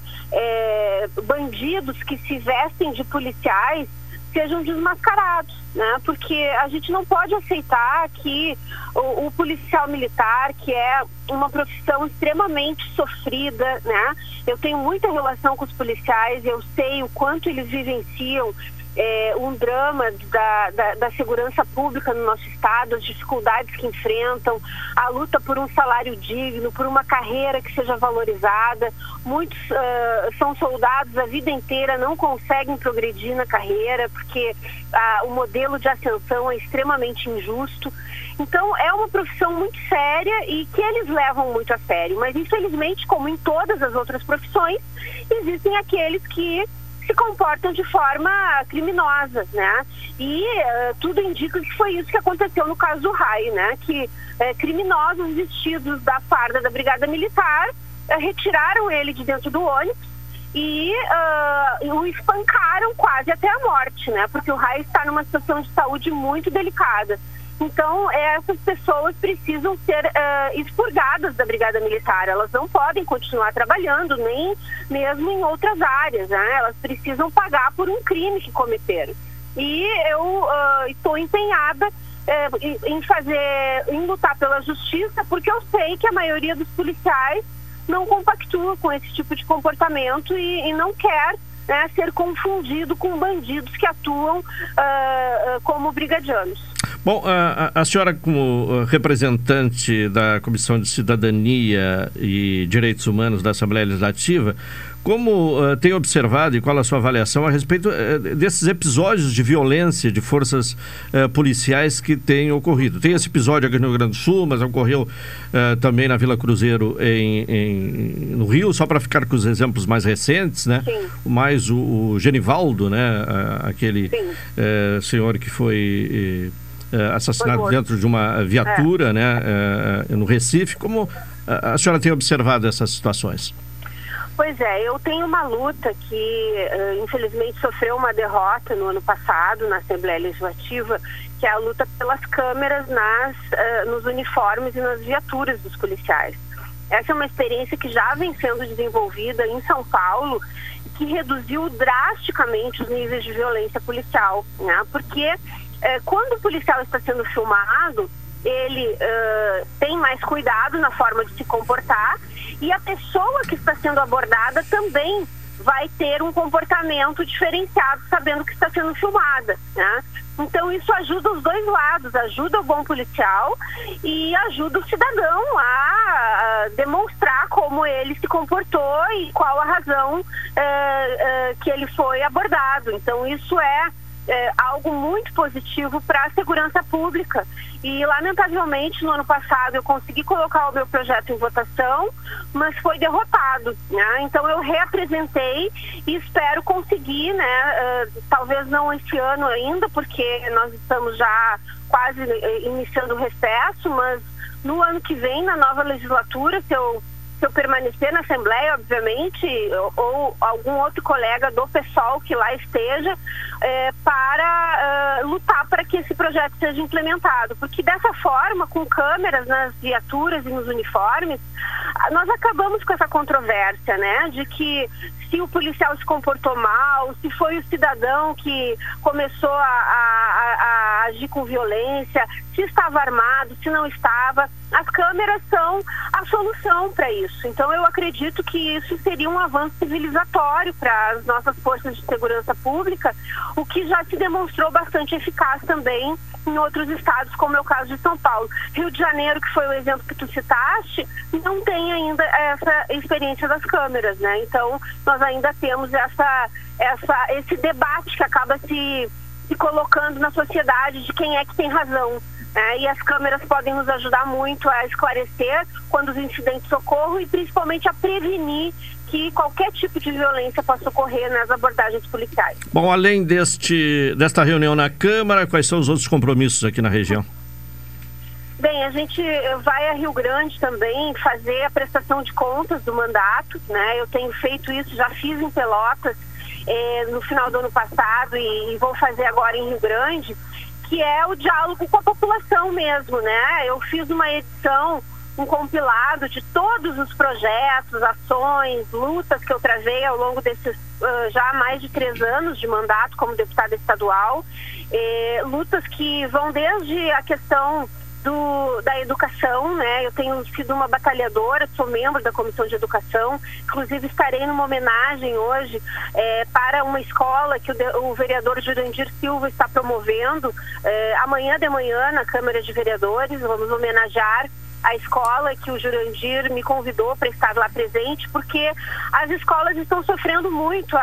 bandidos que se vestem de policiais sejam desmascarados, né? Porque a gente não pode aceitar que o policial militar, que é uma profissão extremamente sofrida, né? Eu tenho muita relação com os policiais, eu sei o quanto eles vivenciam um drama da segurança pública no nosso estado, as dificuldades que enfrentam, a luta por um salário digno, por uma carreira que seja valorizada. Muitos são soldados a vida inteira, não conseguem progredir na carreira porque o modelo de ascensão é extremamente injusto. Então é uma profissão muito séria e que eles levam muito a sério, mas infelizmente, como em todas as outras profissões, existem aqueles que se comportam de forma criminosa, né? E tudo indica que foi isso que aconteceu no caso do Rai, né? Que criminosos vestidos da farda da Brigada Militar retiraram ele de dentro do ônibus e o espancaram quase até a morte, né? Porque o Rai está numa situação de saúde muito delicada. Então, essas pessoas precisam ser expurgadas da Brigada Militar. Elas não podem continuar trabalhando, nem mesmo em outras áreas, né? Elas precisam pagar por um crime que cometeram. E eu estou empenhada em lutar pela justiça, porque eu sei que a maioria dos policiais não compactua com esse tipo de comportamento e não quer, né, ser confundido com bandidos que atuam como brigadianos. Bom, a senhora, como representante da Comissão de Cidadania e Direitos Humanos da Assembleia Legislativa, como tem observado e qual a sua avaliação a respeito desses episódios de violência de forças policiais que têm ocorrido? Tem esse episódio aqui no Rio Grande do Sul, mas ocorreu também na Vila Cruzeiro no Rio, só para ficar com os exemplos mais recentes, né? Sim. Mais o Genivaldo, né? Aquele senhor que foi assassinado dentro de uma viatura, né? No Recife. Como a senhora tem observado essas situações? Pois é, eu tenho uma luta que infelizmente sofreu uma derrota no ano passado na Assembleia Legislativa, que é a luta pelas câmeras nos uniformes e nas viaturas dos policiais. Essa é uma experiência que já vem sendo desenvolvida em São Paulo, que reduziu drasticamente os níveis de violência policial, né? Porque quando o policial está sendo filmado, ele tem mais cuidado na forma de se comportar, e a pessoa que está sendo abordada também vai ter um comportamento diferenciado, sabendo que está sendo filmada, né? Então isso ajuda os dois lados, ajuda o bom policial e ajuda o cidadão a demonstrar como ele se comportou e qual a razão que ele foi abordado. Então isso é algo muito positivo para a segurança pública. E, lamentavelmente, no ano passado eu consegui colocar o meu projeto em votação, mas foi derrotado, né? Então eu reapresentei e espero conseguir, né? Talvez não esse ano ainda, porque nós estamos já quase iniciando o recesso, mas no ano que vem, na nova legislatura, se eu permanecer na Assembleia, obviamente, ou algum outro colega do PSOL que lá esteja, para lutar para que esse projeto seja implementado. Porque dessa forma, com câmeras nas viaturas e nos uniformes, nós acabamos com essa controvérsia, né? De que se o policial se comportou mal, se foi o cidadão que começou a agir com violência, se estava armado, se não estava. As câmeras são a solução para isso. Então eu acredito que isso seria um avanço civilizatório para as nossas forças de segurança pública, o que já se demonstrou bastante eficaz também em outros estados, como é o caso de São Paulo. Rio de Janeiro, que foi o exemplo que tu citaste, não tem ainda essa experiência das câmeras, né? Então nós ainda temos esse debate que acaba se colocando na sociedade de quem é que tem razão. E as câmeras podem nos ajudar muito a esclarecer quando os incidentes ocorram e principalmente a prevenir que qualquer tipo de violência possa ocorrer nas abordagens policiais. Bom, além desta reunião na Câmara, quais são os outros compromissos aqui na região? Bem, a gente vai a Rio Grande também fazer a prestação de contas do mandato, né? Eu tenho feito isso, já fiz em Pelotas no final do ano passado e vou fazer agora em Rio Grande, que é o diálogo com a população mesmo, né? Eu fiz uma edição, um compilado de todos os projetos, ações, lutas que eu travei ao longo desses já mais de 3 anos de mandato como deputada estadual, lutas que vão desde a questão da educação, né? Eu tenho sido uma batalhadora, sou membro da Comissão de Educação, inclusive estarei numa homenagem hoje para uma escola que o vereador Jurandir Silva está promovendo, amanhã de manhã na Câmara de Vereadores. Vamos homenagear a escola que o Jurandir me convidou para estar lá presente, porque as escolas estão sofrendo muito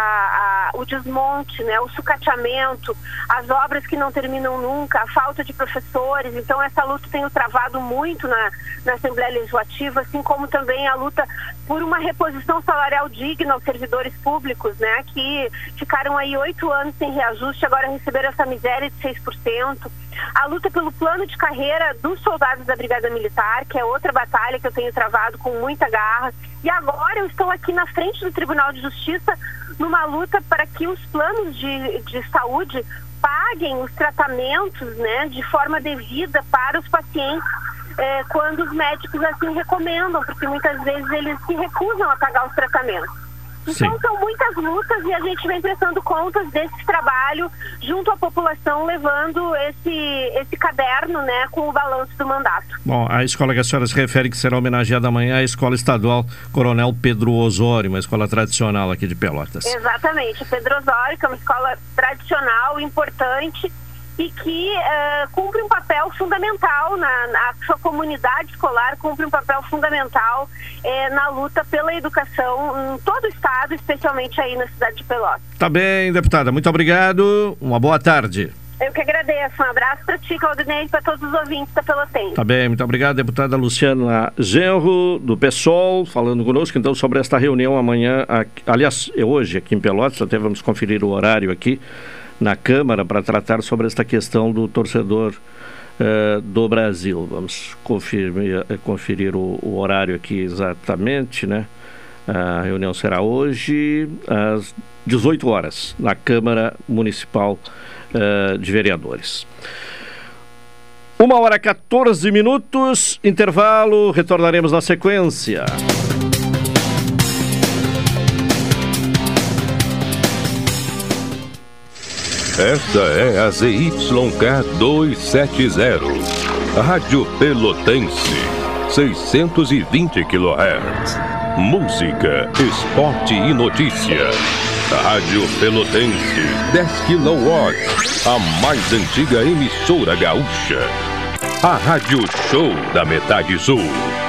o desmonte, né, o sucateamento, as obras que não terminam nunca, a falta de professores. Então essa luta tenho travado muito na Assembleia Legislativa, assim como também a luta por uma reposição salarial digna aos servidores públicos, né, que ficaram aí 8 anos sem reajuste, agora receberam essa miséria de 6%. A luta pelo plano de carreira dos soldados da Brigada Militar, que é outra batalha que eu tenho travado com muita garra. E agora eu estou aqui na frente do Tribunal de Justiça numa luta para que os planos de saúde paguem os tratamentos, né, de forma devida para os pacientes, quando os médicos assim recomendam, porque muitas vezes eles se recusam a pagar os tratamentos. Então Sim. São muitas lutas e a gente vem prestando contas desse trabalho junto à população, levando esse caderno, né, com o balanço do mandato. Bom, a escola que a senhora se refere, que será homenageada amanhã, é a Escola Estadual Coronel Pedro Osório, uma escola tradicional aqui de Pelotas. Exatamente, Pedro Osório, que é uma escola tradicional, importante, e que cumpre um papel fundamental a sua comunidade escolar, cumpre um papel fundamental na luta pela educação em todo o estado, especialmente aí na cidade de Pelotas. Tá bem, deputada, muito obrigado, uma boa tarde. Eu que agradeço, um abraço para ti, Claudinei, e para todos os ouvintes da Pelotense. Tá bem, muito obrigado, deputada Luciana Genro, do PSOL, falando conosco então sobre esta reunião amanhã, aliás, hoje aqui em Pelotas, até vamos conferir o horário aqui na Câmara para tratar sobre esta questão do torcedor do Brasil. Vamos conferir o horário aqui exatamente, né? A reunião será hoje às 18 horas na Câmara Municipal de Vereadores. 1h14, intervalo, retornaremos na sequência. Esta é a ZYK 270, Rádio Pelotense, 620 kHz. Música, esporte e notícia. Rádio Pelotense, 10 kW, a mais antiga emissora gaúcha. A Rádio Show da Metade Sul.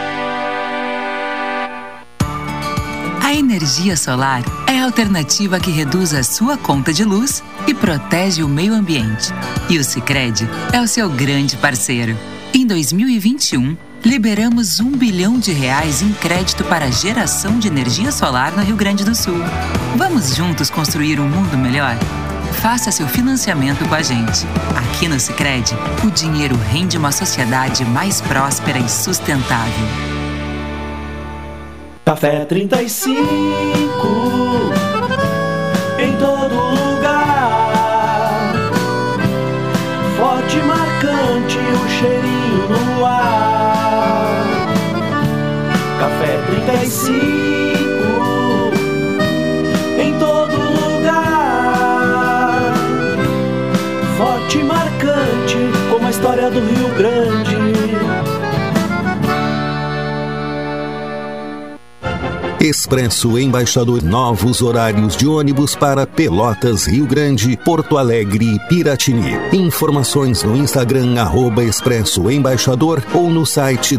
A energia solar é a alternativa que reduz a sua conta de luz e protege o meio ambiente. E o Sicredi é o seu grande parceiro. Em 2021, liberamos R$1 bilhão em crédito para geração de energia solar no Rio Grande do Sul. Vamos juntos construir um mundo melhor? Faça seu financiamento com a gente. Aqui no Sicredi, o dinheiro rende uma sociedade mais próspera e sustentável. Café 35, em todo lugar. Forte e marcante, o cheirinho no ar. Café 35, em todo lugar. Forte e marcante, como a história do Rio Grande. Expresso Embaixador. Novos horários de ônibus para Pelotas, Rio Grande, Porto Alegre e Piratini. Informações no Instagram @Expresso Embaixador ou no site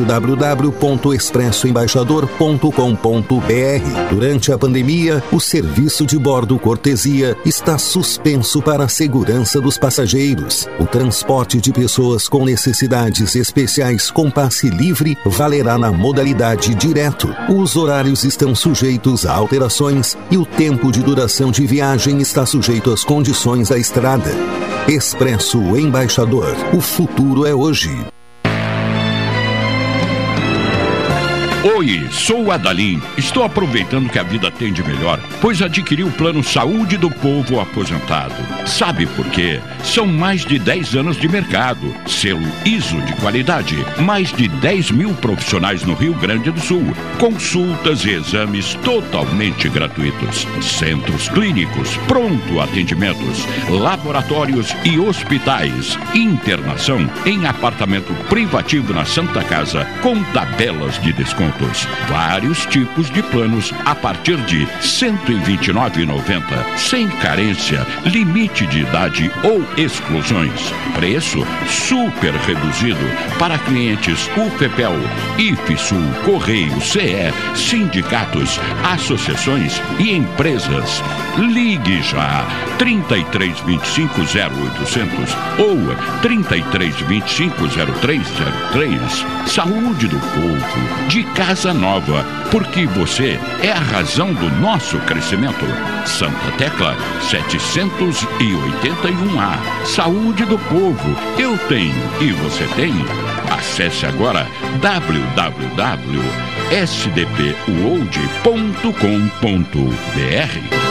www.expressoembaixador.com.br. Durante a pandemia, o serviço de bordo cortesia está suspenso para a segurança dos passageiros. O transporte de pessoas com necessidades especiais com passe livre valerá na modalidade direto. Os horários estão sujeitos a alterações e o tempo de duração de viagem está sujeito às condições da estrada. Expresso Embaixador. O futuro é hoje. Oi, sou o Adalim. Estou aproveitando que a vida tem de melhor, pois adquiri o Plano Saúde do Povo Aposentado. Sabe por quê? São mais de 10 anos de mercado, selo ISO de qualidade, mais de 10 mil profissionais no Rio Grande do Sul, consultas e exames totalmente gratuitos, centros clínicos, pronto atendimentos, laboratórios e hospitais, internação em apartamento privativo na Santa Casa, com tabelas de desconto. Vários tipos de planos a partir de R$ 129,90, sem carência, limite de idade ou exclusões. Preço super reduzido para clientes UFPEL, IFSUL, Correio, CE, sindicatos, associações e empresas. Ligue já 3325 0800 ou 3325 0303. Saúde do povo, de Casa Nova, porque você é a razão do nosso crescimento. Santa Tecla 781A. Saúde do povo, eu tenho e você tem. Acesse agora www.sdpworld.com.br.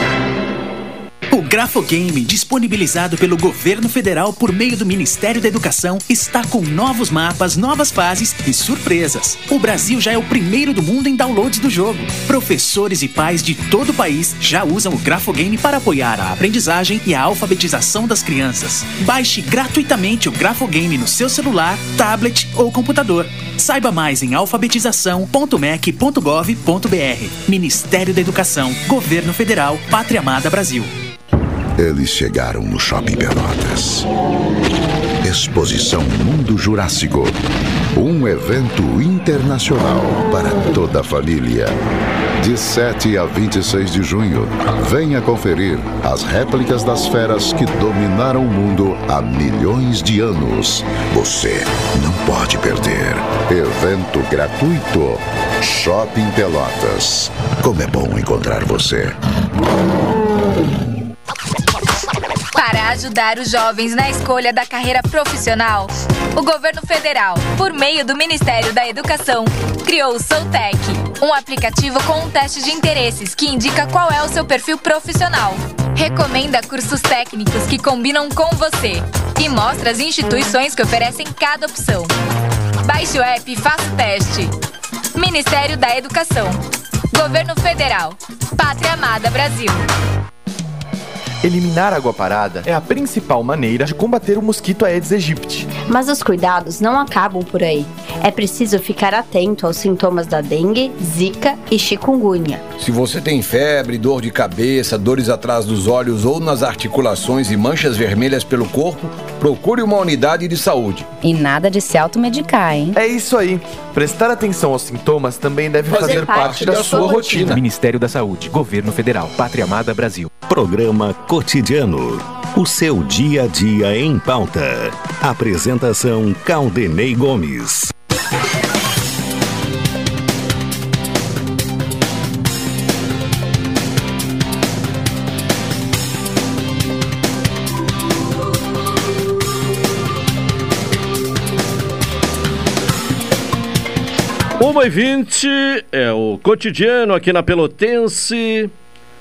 O Grafogame, disponibilizado pelo governo federal por meio do Ministério da Educação, está com novos mapas, novas fases e surpresas. O Brasil já é o primeiro do mundo em downloads do jogo. Professores e pais de todo o país já usam o Grafogame para apoiar a aprendizagem e a alfabetização das crianças. Baixe gratuitamente o Grafogame no seu celular, tablet ou computador. Saiba mais em alfabetização.mec.gov.br. Ministério da Educação, Governo Federal, Pátria Amada Brasil. Eles chegaram no Shopping Pelotas. Exposição Mundo Jurássico. Um evento internacional para toda a família. De 7 a 26 de junho, venha conferir as réplicas das feras que dominaram o mundo há milhões de anos. Você não pode perder. Evento gratuito. Shopping Pelotas. Como é bom encontrar você. Para ajudar os jovens na escolha da carreira profissional, o governo federal, por meio do Ministério da Educação, criou o Soultech, um aplicativo com um teste de interesses que indica qual é o seu perfil profissional. Recomenda cursos técnicos que combinam com você e mostra as instituições que oferecem cada opção. Baixe o app e faça o teste. Ministério da Educação. Governo Federal. Pátria Amada Brasil. Eliminar água parada é a principal maneira de combater o mosquito Aedes aegypti. Mas os cuidados não acabam por aí. É preciso ficar atento aos sintomas da dengue, zika e chikungunya. Se você tem febre, dor de cabeça, dores atrás dos olhos ou nas articulações e manchas vermelhas pelo corpo, procure uma unidade de saúde. E nada de se automedicar, hein? É isso aí. Prestar atenção aos sintomas também deve fazer parte da sua rotina. Ministério da Saúde, Governo Federal, Pátria Amada Brasil. Programa Cotidiano. O seu dia a dia em pauta. Apresentação Caldenei Gomes. Uma e 20 é o Cotidiano aqui na Pelotense.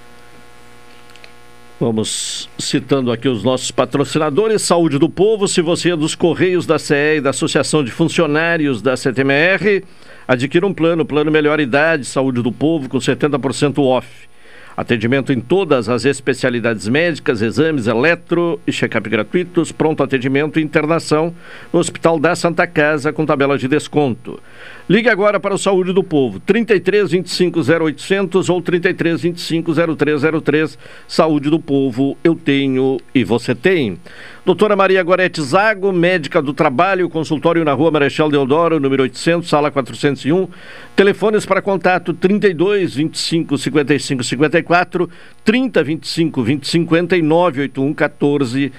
Vamos citando aqui os nossos patrocinadores. Saúde do Povo, se você é dos Correios da CE e da Associação de Funcionários da CTMR, adquira um plano Melhor Idade, Saúde do Povo, com 70% off. Atendimento em todas as especialidades médicas, exames, eletro e check-up gratuitos, pronto atendimento e internação no Hospital da Santa Casa com tabela de desconto. Ligue agora para o Saúde do Povo, 33 25 0800 ou 33 25 0303. Saúde do Povo, eu tenho e você tem. Doutora Maria Gorete Zago, médica do trabalho, consultório na Rua Marechal Deodoro, número 800, sala 401. Telefones para contato 32 25 55 54, 30 25 20 50 e 981 14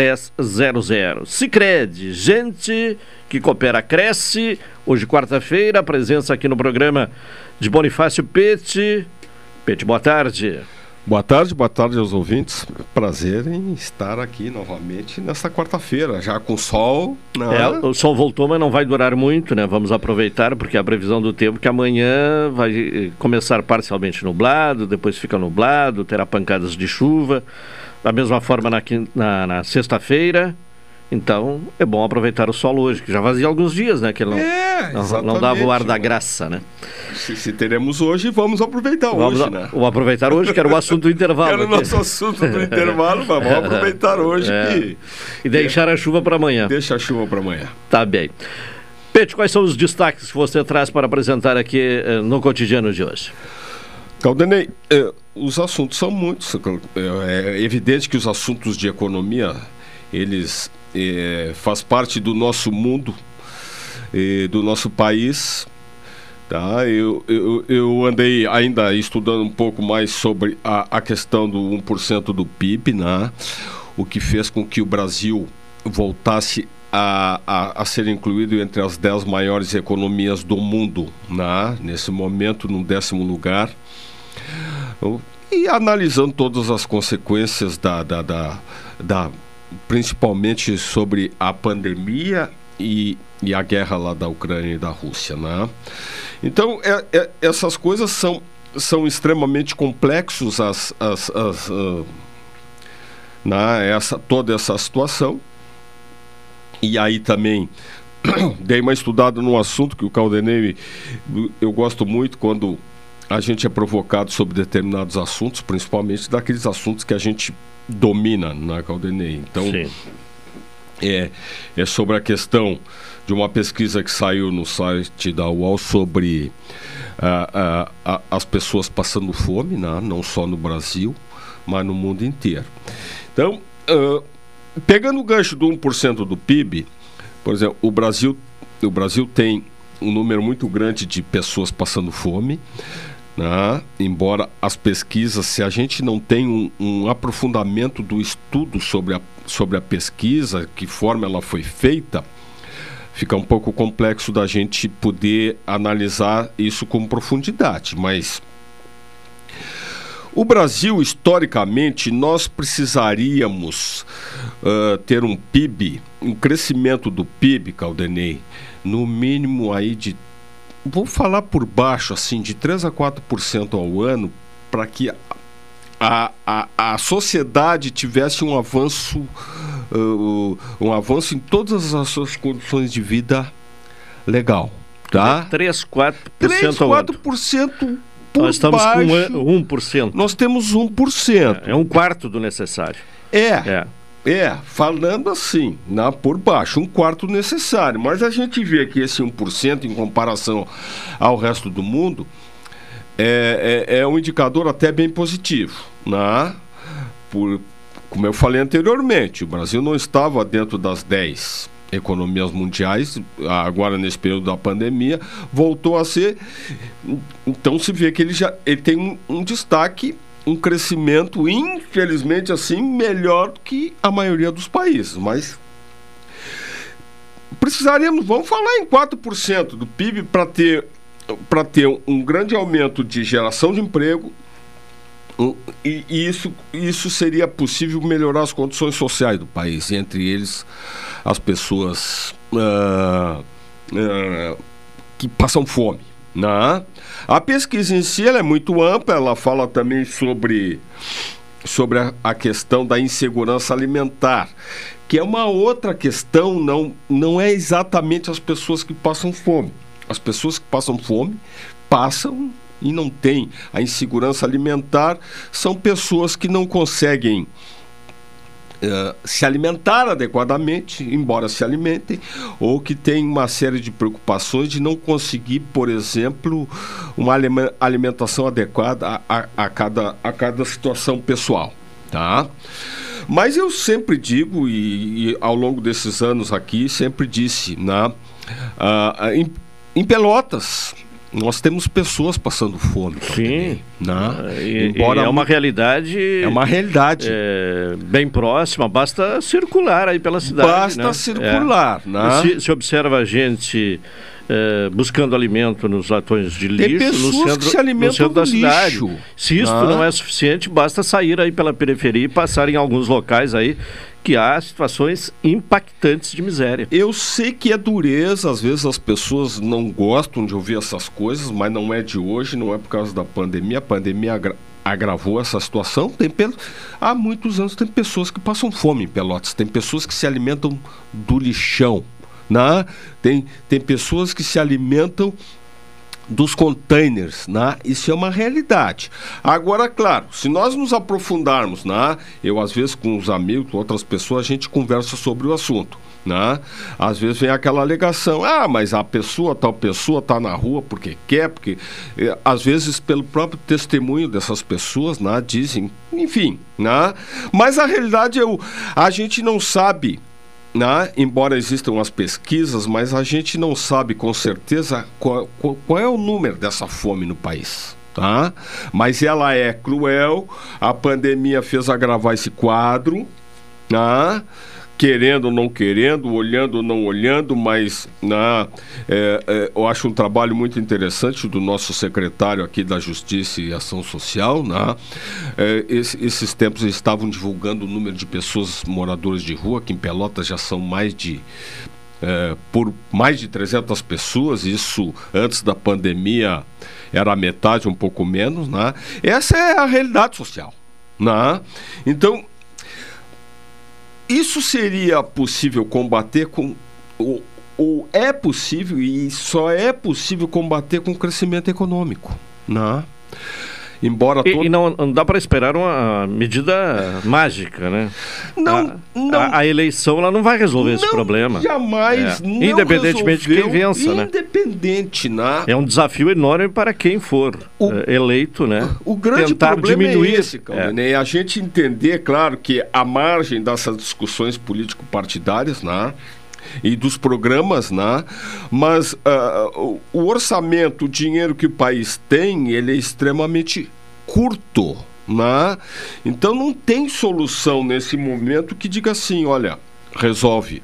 1000. Sicredi, gente que coopera, cresce. Hoje, quarta-feira, presença aqui no programa de Bonifácio Pete. Pete, boa tarde. Boa tarde aos ouvintes. Prazer em estar aqui novamente nesta quarta-feira, já com sol. O sol voltou, mas não vai durar muito, né? Vamos aproveitar, porque a previsão do tempo que amanhã vai começar parcialmente nublado, depois fica nublado, terá pancadas de chuva. Da mesma forma na sexta-feira. Então, é bom aproveitar o sol hoje, que já fazia alguns dias, né? Que ele não dava o ar da graça, né? Se teremos hoje, vamos aproveitar hoje, né? Vamos aproveitar hoje, que era o assunto do intervalo. Era o nosso assunto do intervalo, mas vamos aproveitar hoje. E deixar a chuva para amanhã. Deixa a chuva para amanhã. Tá bem. Pete, quais são os destaques que você traz para apresentar aqui no Cotidiano de hoje? Caldenei, os assuntos são muitos. É evidente que os assuntos de economia, eles faz parte do nosso mundo, do nosso país, tá? Eu andei ainda estudando um pouco mais sobre a questão do 1% do PIB, né? O que fez com que o Brasil voltasse a ser incluído entre as 10 maiores economias do mundo, né? Nesse momento no 10º lugar, e analisando todas as consequências principalmente sobre a pandemia e a guerra lá da Ucrânia e da Rússia, né? Então, essas coisas são extremamente complexos, toda essa situação. E aí também dei uma estudada num assunto que o Caldenei, eu gosto muito quando a gente é provocado sobre determinados assuntos, principalmente daqueles assuntos que a gente domina na Caldenei. Então, é sobre a questão de uma pesquisa que saiu no site da UOL sobre as pessoas passando fome, né? Não só no Brasil, mas no mundo inteiro. Então, pegando o gancho do 1% do PIB, por exemplo, o Brasil tem um número muito grande de pessoas passando fome, né? Embora as pesquisas, se a gente não tem um aprofundamento do estudo sobre a pesquisa, que forma ela foi feita, fica um pouco complexo da gente poder analisar isso com profundidade. Mas o Brasil, historicamente, nós precisaríamos ter um PIB, um crescimento do PIB, Caldenei, no mínimo aí de vou falar por baixo, assim, de 3 a 4% ao ano, para que a sociedade tivesse um avanço em todas as suas condições de vida legal, tá? 3, 4% ao ano. 4% Nós estamos baixo, com 1%. Nós temos 1%. É um quarto do necessário. Falando assim, por baixo, 1/4 necessário. Mas a gente vê que esse 1% em comparação ao resto do mundo é um indicador até bem positivo, como eu falei anteriormente, o Brasil não estava dentro das 10 economias mundiais, agora nesse período da pandemia, voltou a ser. Então se vê que ele tem um destaque, um crescimento, infelizmente assim, melhor do que a maioria dos países, mas precisaríamos, vamos falar em 4% do PIB para ter um grande aumento de geração de emprego, e isso seria possível melhorar as condições sociais do país, entre eles as pessoas que passam fome. A pesquisa em si ela é muito ampla, ela fala também sobre a questão da insegurança alimentar, que é uma outra questão, não é exatamente as pessoas que passam fome. As pessoas que passam fome passam e não têm a insegurança alimentar, são pessoas que não conseguem se alimentar adequadamente, embora se alimentem, ou que têm uma série de preocupações de não conseguir, por exemplo, uma alimentação adequada a cada situação pessoal, tá? Mas eu sempre digo, e ao longo desses anos aqui, sempre disse, em Pelotas, nós temos pessoas passando fome. Sim. Embora é uma realidade. É uma realidade. Bem próxima, basta circular aí pela cidade. Basta circular. Se observa a gente buscando alimento nos latões de lixo, no centro da cidade. Se isto não é suficiente, basta sair aí pela periferia e passar em alguns locais aí que há situações impactantes de miséria. Eu sei que é dureza, às vezes as pessoas não gostam de ouvir essas coisas, mas não é de hoje, não é por causa da pandemia. A pandemia agravou essa situação. Há muitos anos tem pessoas que passam fome em Pelotas, tem pessoas que se alimentam do lixão, tem pessoas que se alimentam dos containers, Isso é uma realidade. Agora, claro, se nós nos aprofundarmos, eu às vezes com os amigos, com outras pessoas, a gente conversa sobre o assunto, Às vezes vem aquela alegação, mas tal pessoa está na rua porque quer, porque às vezes pelo próprio testemunho dessas pessoas, dizem, enfim, Mas a realidade a gente não sabe, embora existam as pesquisas, mas a gente não sabe com certeza qual é o número dessa fome no país, Mas ela é cruel, a pandemia fez agravar esse quadro, querendo ou não querendo, olhando ou não olhando, mas eu acho um trabalho muito interessante do nosso secretário aqui da Justiça e Ação Social, esses tempos eles estavam divulgando o número de pessoas moradoras de rua, que em Pelotas já são por mais de 300 pessoas, isso antes da pandemia era a metade, um pouco menos, Essa é a realidade social, Então, isso seria possível combater ou é possível, e só é possível combater com crescimento econômico, Embora e não dá para esperar uma medida mágica, A eleição ela não vai resolver esse problema. Jamais, não independentemente de quem vença, Independente, É um desafio enorme para quem for eleito, O grande tentar problema diminuir é esse, Caldenei, a gente entender, claro, que à margem dessas discussões político-partidárias, e dos programas, mas o orçamento, o dinheiro que o país tem, ele é extremamente curto, Então não tem solução nesse momento que diga assim, olha, resolve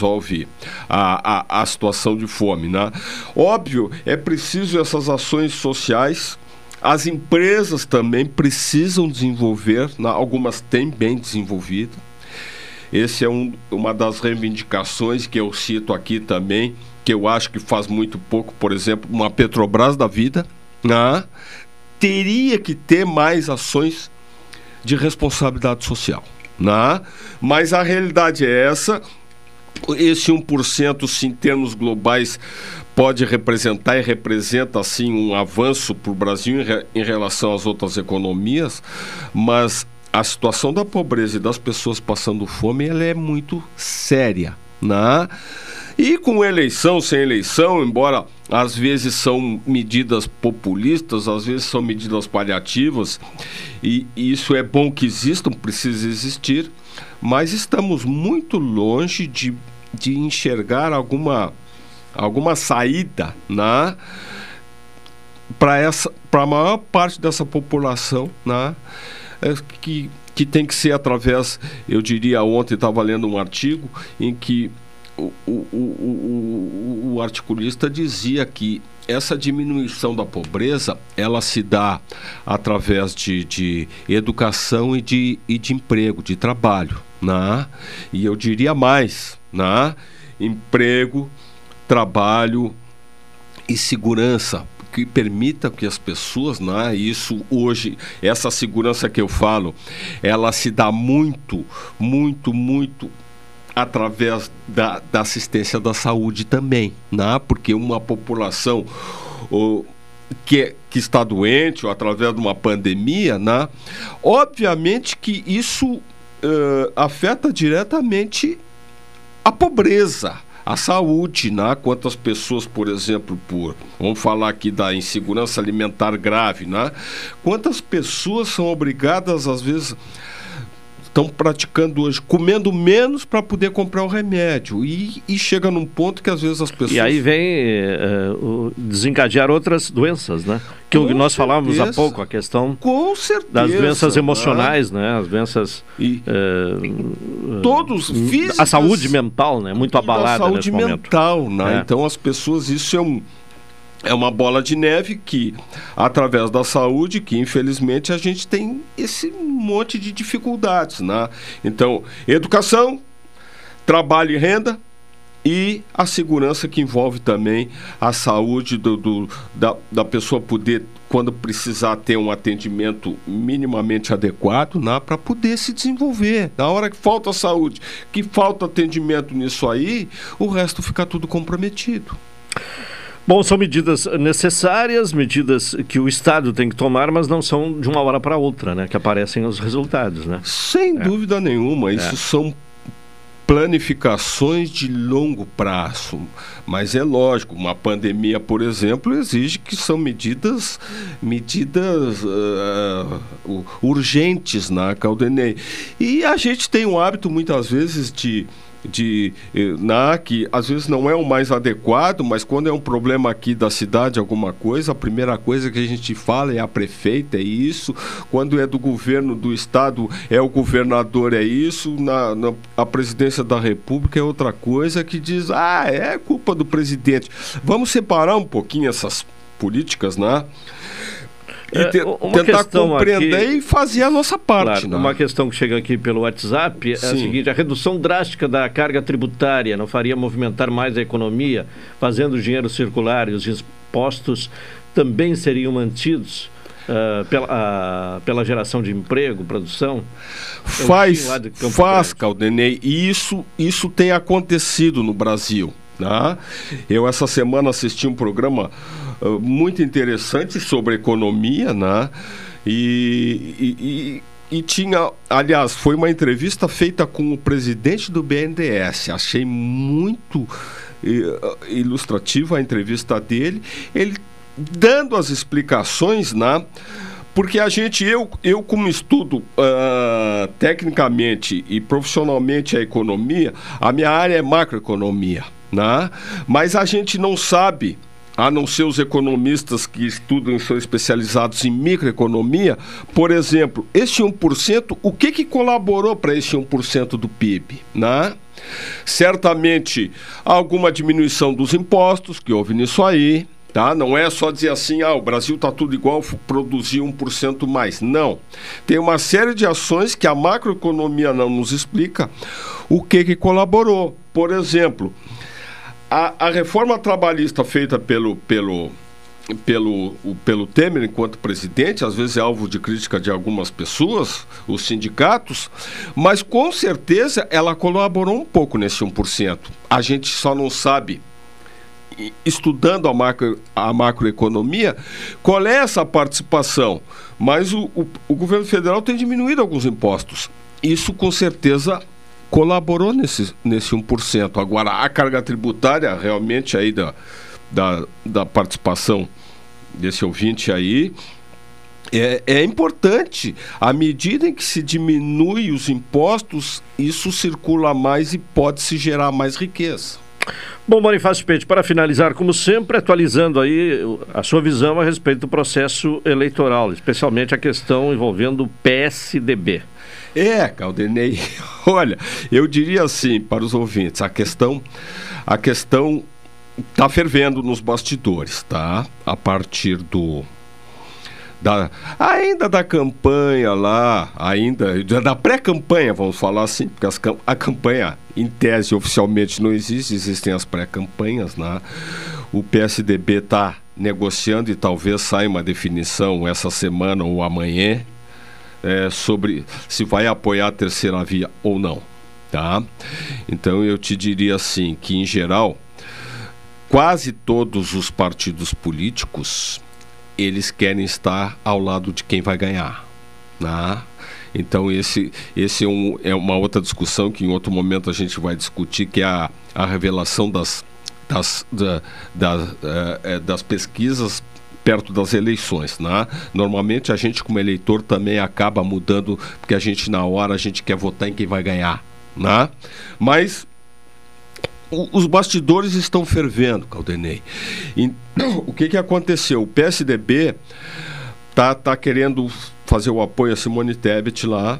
a situação de fome, Óbvio, é preciso essas ações sociais. As empresas também precisam desenvolver, algumas têm bem desenvolvido. Esse é uma das reivindicações que eu cito aqui também, que eu acho que faz muito pouco, por exemplo, uma Petrobras da vida, né? Teria que ter mais ações de responsabilidade social, né? Mas a realidade é essa. Esse 1%, se em termos globais, pode representar e representa, sim, um avanço para o Brasil em relação às outras economias, mas a situação da pobreza e das pessoas passando fome, ela é muito séria, né? E com eleição, sem eleição, embora às vezes são medidas populistas, às vezes são medidas paliativas, e isso é bom que existam, precisa existir, mas estamos muito longe de enxergar alguma saída, né, para a maior parte dessa população, né, que tem que ser através, eu diria, ontem estava lendo um artigo em que o articulista dizia que essa diminuição da pobreza, ela se dá através de educação e de emprego, de trabalho, né? E eu diria mais, né? Emprego, trabalho e segurança, que permita que as pessoas, né, isso hoje, essa segurança que eu falo, ela se dá muito através da assistência da saúde também, né? Porque uma população que está doente ou através de uma pandemia, né? Obviamente que isso afeta diretamente a pobreza, a saúde, né? Quantas pessoas, por exemplo, vamos falar aqui da insegurança alimentar grave, né? Quantas pessoas são obrigadas, às vezes, estão praticando hoje, comendo menos para poder comprar o remédio, e chega num ponto que às vezes as pessoas... E aí vem desencadear outras doenças, né? Que nós falávamos há pouco, a questão das doenças emocionais, né? As doenças... todos físicas... A saúde mental, né? Muito abalada nesse momento. A saúde mental, né? Então as pessoas, isso é uma bola de neve que, através da saúde, que infelizmente a gente tem esse monte de dificuldades, né? Então, educação, trabalho e renda, e a segurança, que envolve também a saúde da pessoa poder, quando precisar, ter um atendimento minimamente adequado, né, para poder se desenvolver. Na hora que falta saúde, que falta atendimento nisso aí, o resto fica tudo comprometido. Bom, são medidas necessárias, medidas que o Estado tem que tomar, mas não são de uma hora para outra, né, que aparecem os resultados, né? Sem dúvida nenhuma, isso são planificações de longo prazo, mas é lógico, uma pandemia, por exemplo, exige que são medidas urgentes, né, Caldenei? E a gente tem um hábito, muitas vezes, que às vezes não é o mais adequado, mas quando é um problema aqui da cidade, alguma coisa, a primeira coisa que a gente fala é a prefeita, é isso. Quando é do governo do estado, é o governador, é isso. A presidência da república é outra coisa, que diz, é culpa do presidente. Vamos separar um pouquinho essas políticas, né? E tentar compreender aqui, e fazer a nossa parte. Claro, uma questão que chega aqui pelo WhatsApp é a seguinte: a redução drástica da carga tributária não faria movimentar mais a economia, fazendo o dinheiro circular, e os impostos também seriam mantidos pela geração de emprego, produção? Faz, Caldenei, e isso tem acontecido no Brasil. Né? Eu essa semana assisti um programa muito interessante sobre economia, né? E tinha, aliás, foi uma entrevista feita com o presidente do BNDES. Achei muito ilustrativa a entrevista dele, ele dando as explicações, né? Porque eu como estudo tecnicamente e profissionalmente a economia, a minha área é macroeconomia, né? Mas a gente não sabe, a não ser os economistas que estudam e são especializados em microeconomia, por exemplo, este 1%, o que colaborou para esse 1% do PIB, né? Certamente alguma diminuição dos impostos, que houve nisso aí, tá? Não é só dizer assim, o Brasil está tudo igual, produzir 1% mais. Não. Tem uma série de ações que a macroeconomia não nos explica o que colaborou. Por exemplo, A reforma trabalhista feita pelo Temer enquanto presidente, às vezes é alvo de crítica de algumas pessoas, os sindicatos, mas com certeza ela colaborou um pouco nesse 1%. A gente só não sabe, estudando a macroeconomia, qual é essa participação, mas o governo federal tem diminuído alguns impostos. Isso com certeza colaborou nesse 1%. Agora, a carga tributária realmente aí da participação desse ouvinte aí é importante. À medida em que se diminui os impostos, isso circula mais e pode-se gerar mais riqueza. Bom, Bonifácio Pete, para finalizar, como sempre, atualizando aí a sua visão a respeito do processo eleitoral, especialmente a questão envolvendo o PSDB. Caldenei, olha, eu diria assim para os ouvintes, a questão está fervendo nos bastidores, tá? A partir ainda da campanha lá, ainda da pré-campanha, vamos falar assim, porque a campanha, em tese, oficialmente não existe, existem as pré-campanhas, né? O PSDB está negociando e talvez saia uma definição essa semana ou amanhã sobre se vai apoiar a terceira via ou não, tá? Então eu te diria assim, que em geral, quase todos os partidos políticos, eles querem estar ao lado de quem vai ganhar, né? Então esse é uma outra discussão que em outro momento a gente vai discutir, que é a revelação das pesquisas perto das eleições, né? Normalmente a gente como eleitor também acaba mudando, porque a gente na hora a gente quer votar em quem vai ganhar, né? Mas os bastidores estão fervendo, Caldenei. Então, o que aconteceu? O PSDB tá querendo fazer o apoio a Simone Tebet lá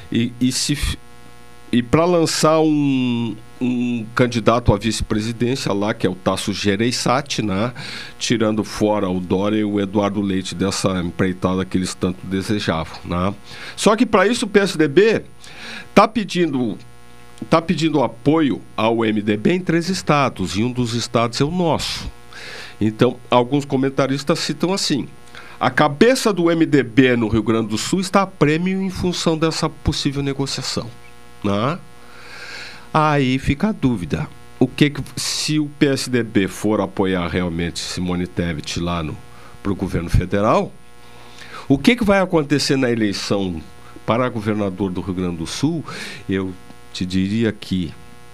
e para lançar um candidato à vice-presidência lá, que é o Tasso Gereissati, né? Tirando fora o Dória e o Eduardo Leite dessa empreitada que eles tanto desejavam, né? Só que para isso o PSDB está pedindo apoio ao MDB em 3 estados, e um dos estados é o nosso. Então, alguns comentaristas citam assim: a cabeça do MDB no Rio Grande do Sul está a prêmio em função dessa possível negociação, né? Aí fica a dúvida: se o PSDB for apoiar realmente Simone Tebet lá para o governo federal, o que vai acontecer na eleição para governador do Rio Grande do Sul? Eu te diria que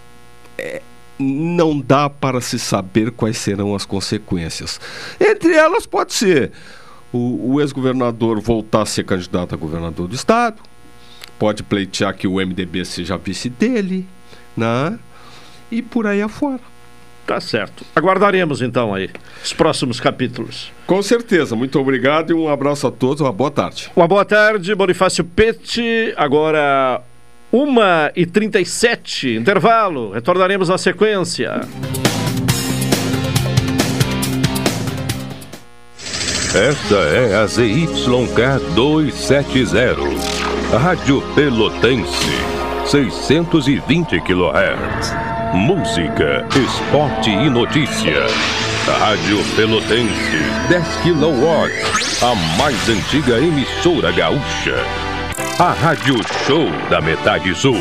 não dá para se saber quais serão as consequências. Entre elas pode ser o ex-governador voltar a ser candidato a governador do estado, pode pleitear que o MDB seja vice dele, né? E por aí afora. Tá certo. Aguardaremos então aí os próximos capítulos. Com certeza. Muito obrigado e um abraço a todos. Uma boa tarde. Uma boa tarde, Bonifácio Pete. Agora 1h37, intervalo. Retornaremos na sequência. Esta é a ZYK 270, Rádio Pelotense, 620 kHz. Música, esporte e notícia. Rádio Pelotense, 10 kW, a mais antiga emissora gaúcha. A Rádio Show da Metade Sul.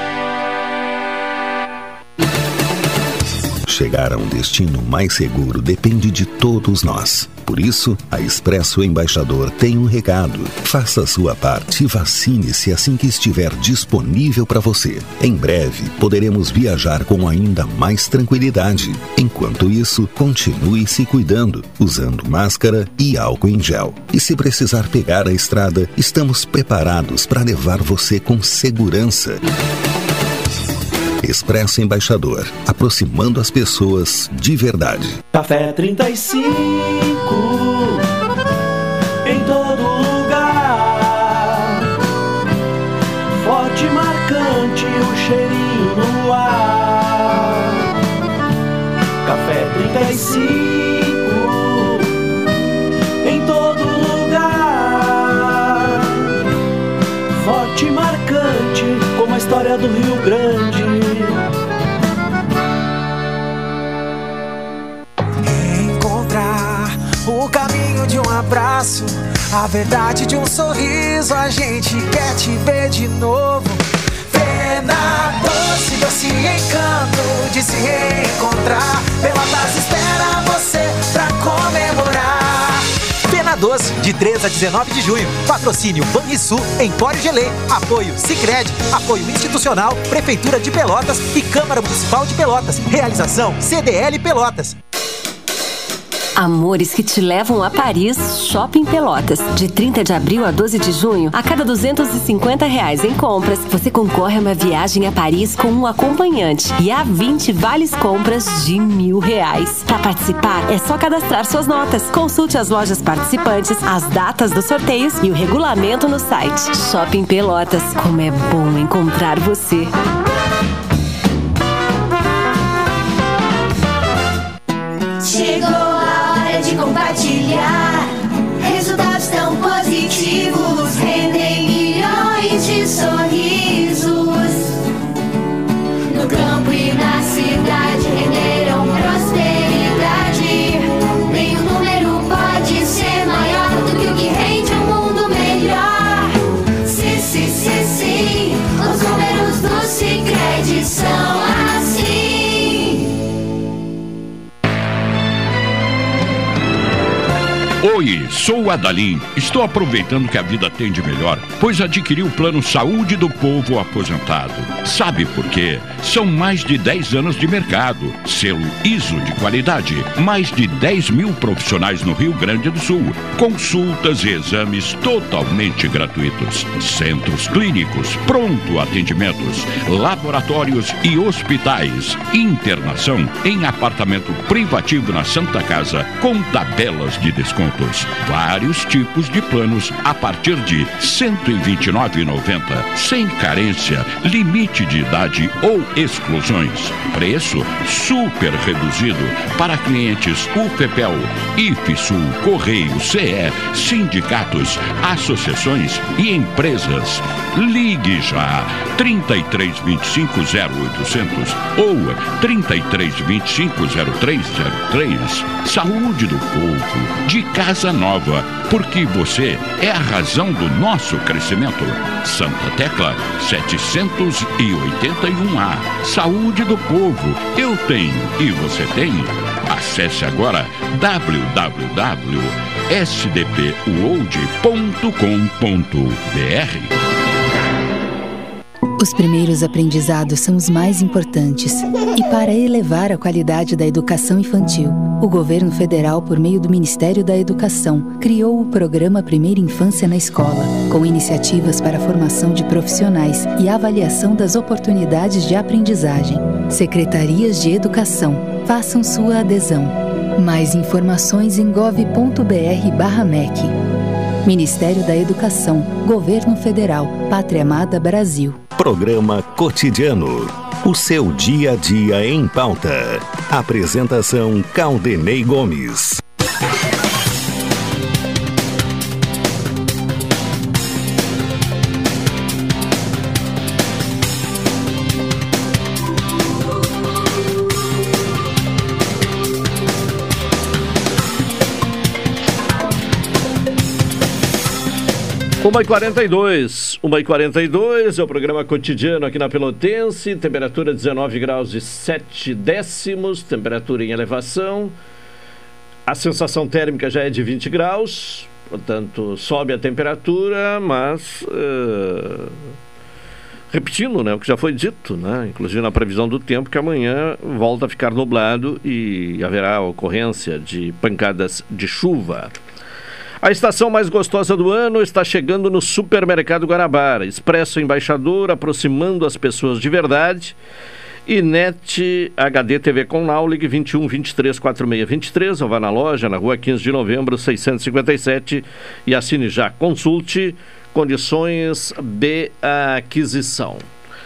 Chegar a um destino mais seguro depende de todos nós. Por isso, a Expresso Embaixador tem um recado. Faça a sua parte e vacine-se assim que estiver disponível para você. Em breve, poderemos viajar com ainda mais tranquilidade. Enquanto isso, continue se cuidando, usando máscara e álcool em gel. E se precisar pegar a estrada, estamos preparados para levar você com segurança. Expresso Embaixador, aproximando as pessoas de verdade. Café 35, em todo lugar. Forte e marcante, o cheirinho no ar. Café 35, em todo lugar. Forte e marcante, como a história do Rio Grande. abraço, a verdade de um sorriso. A gente quer te ver de novo. Pena doce, doce encanto de se reencontrar. Pelotas espera você pra comemorar. Pena Doce, de 3 a 19 de junho. Patrocínio Banrisul, Empório Gelê. Apoio Sicredi, apoio institucional, Prefeitura de Pelotas e Câmara Municipal de Pelotas. Realização CDL Pelotas. Amores que te levam a Paris, Shopping Pelotas. De 30 de abril a 12 de junho, a cada R$250 em compras, você concorre a uma viagem a Paris com um acompanhante e a 20 vales compras de R$1.000. Para participar, é só cadastrar suas notas. Consulte as lojas participantes, as datas dos sorteios e o regulamento no site. Shopping Pelotas, como é bom encontrar você. Chegou a hora de compartilhar. Resultados tão positivos rendem milhões de sorrisos. No campo e na cidade renderam prosperidade. Nenhum número pode ser maior do que o que rende um mundo melhor. Sim, sim, sim, sim, os números do Sicredi são assim. Oi, sou o Adalim. Estou aproveitando que a vida tem de melhor, pois adquiri o Plano Saúde do Povo Aposentado. Sabe por quê? São mais de 10 anos de mercado, selo ISO de qualidade, mais de 10 mil profissionais no Rio Grande do Sul, consultas e exames totalmente gratuitos, centros clínicos, pronto atendimentos, laboratórios e hospitais, internação em apartamento privativo na Santa Casa, com tabelas de desconto. Vários tipos de planos a partir de R$ 129,90, sem carência, limite de idade ou exclusões. Preço super reduzido para clientes UFPEL, IFSUL, Correio, CE, sindicatos, associações e empresas. Ligue já 3325 0800 ou 3325 0303. Saúde do Povo, de Casa Nova, porque você é a razão do nosso crescimento. Santa Tecla 781A. Saúde do Povo, eu tenho e você tem. Acesse agora www.sdpworld.com.br. Os primeiros aprendizados são os mais importantes. E para elevar a qualidade da educação infantil, o governo federal, por meio do Ministério da Educação, criou o programa Primeira Infância na Escola, com iniciativas para a formação de profissionais e avaliação das oportunidades de aprendizagem. Secretarias de Educação, façam sua adesão. Mais informações em gov.br/MEC. Ministério da Educação, Governo Federal, Pátria Amada Brasil. Programa Cotidiano. O seu dia a dia em pauta. Apresentação Caldenei Gomes. Uma e 42 é o programa cotidiano aqui na Pelotense, temperatura 19 graus e 7 décimos, temperatura em elevação, a sensação térmica já é de 20 graus, portanto sobe a temperatura, mas repetindo, né, o que já foi dito, né, inclusive na previsão do tempo, que amanhã volta a ficar nublado e haverá ocorrência de pancadas de chuva. A estação mais gostosa do ano está chegando no Supermercado Guanabara. Expresso Embaixador, aproximando as pessoas de verdade. E NET HD TV com Now, ligue 21 23 46 23, ou vá na loja, na rua 15 de novembro, 657, e assine já. Consulte condições de aquisição.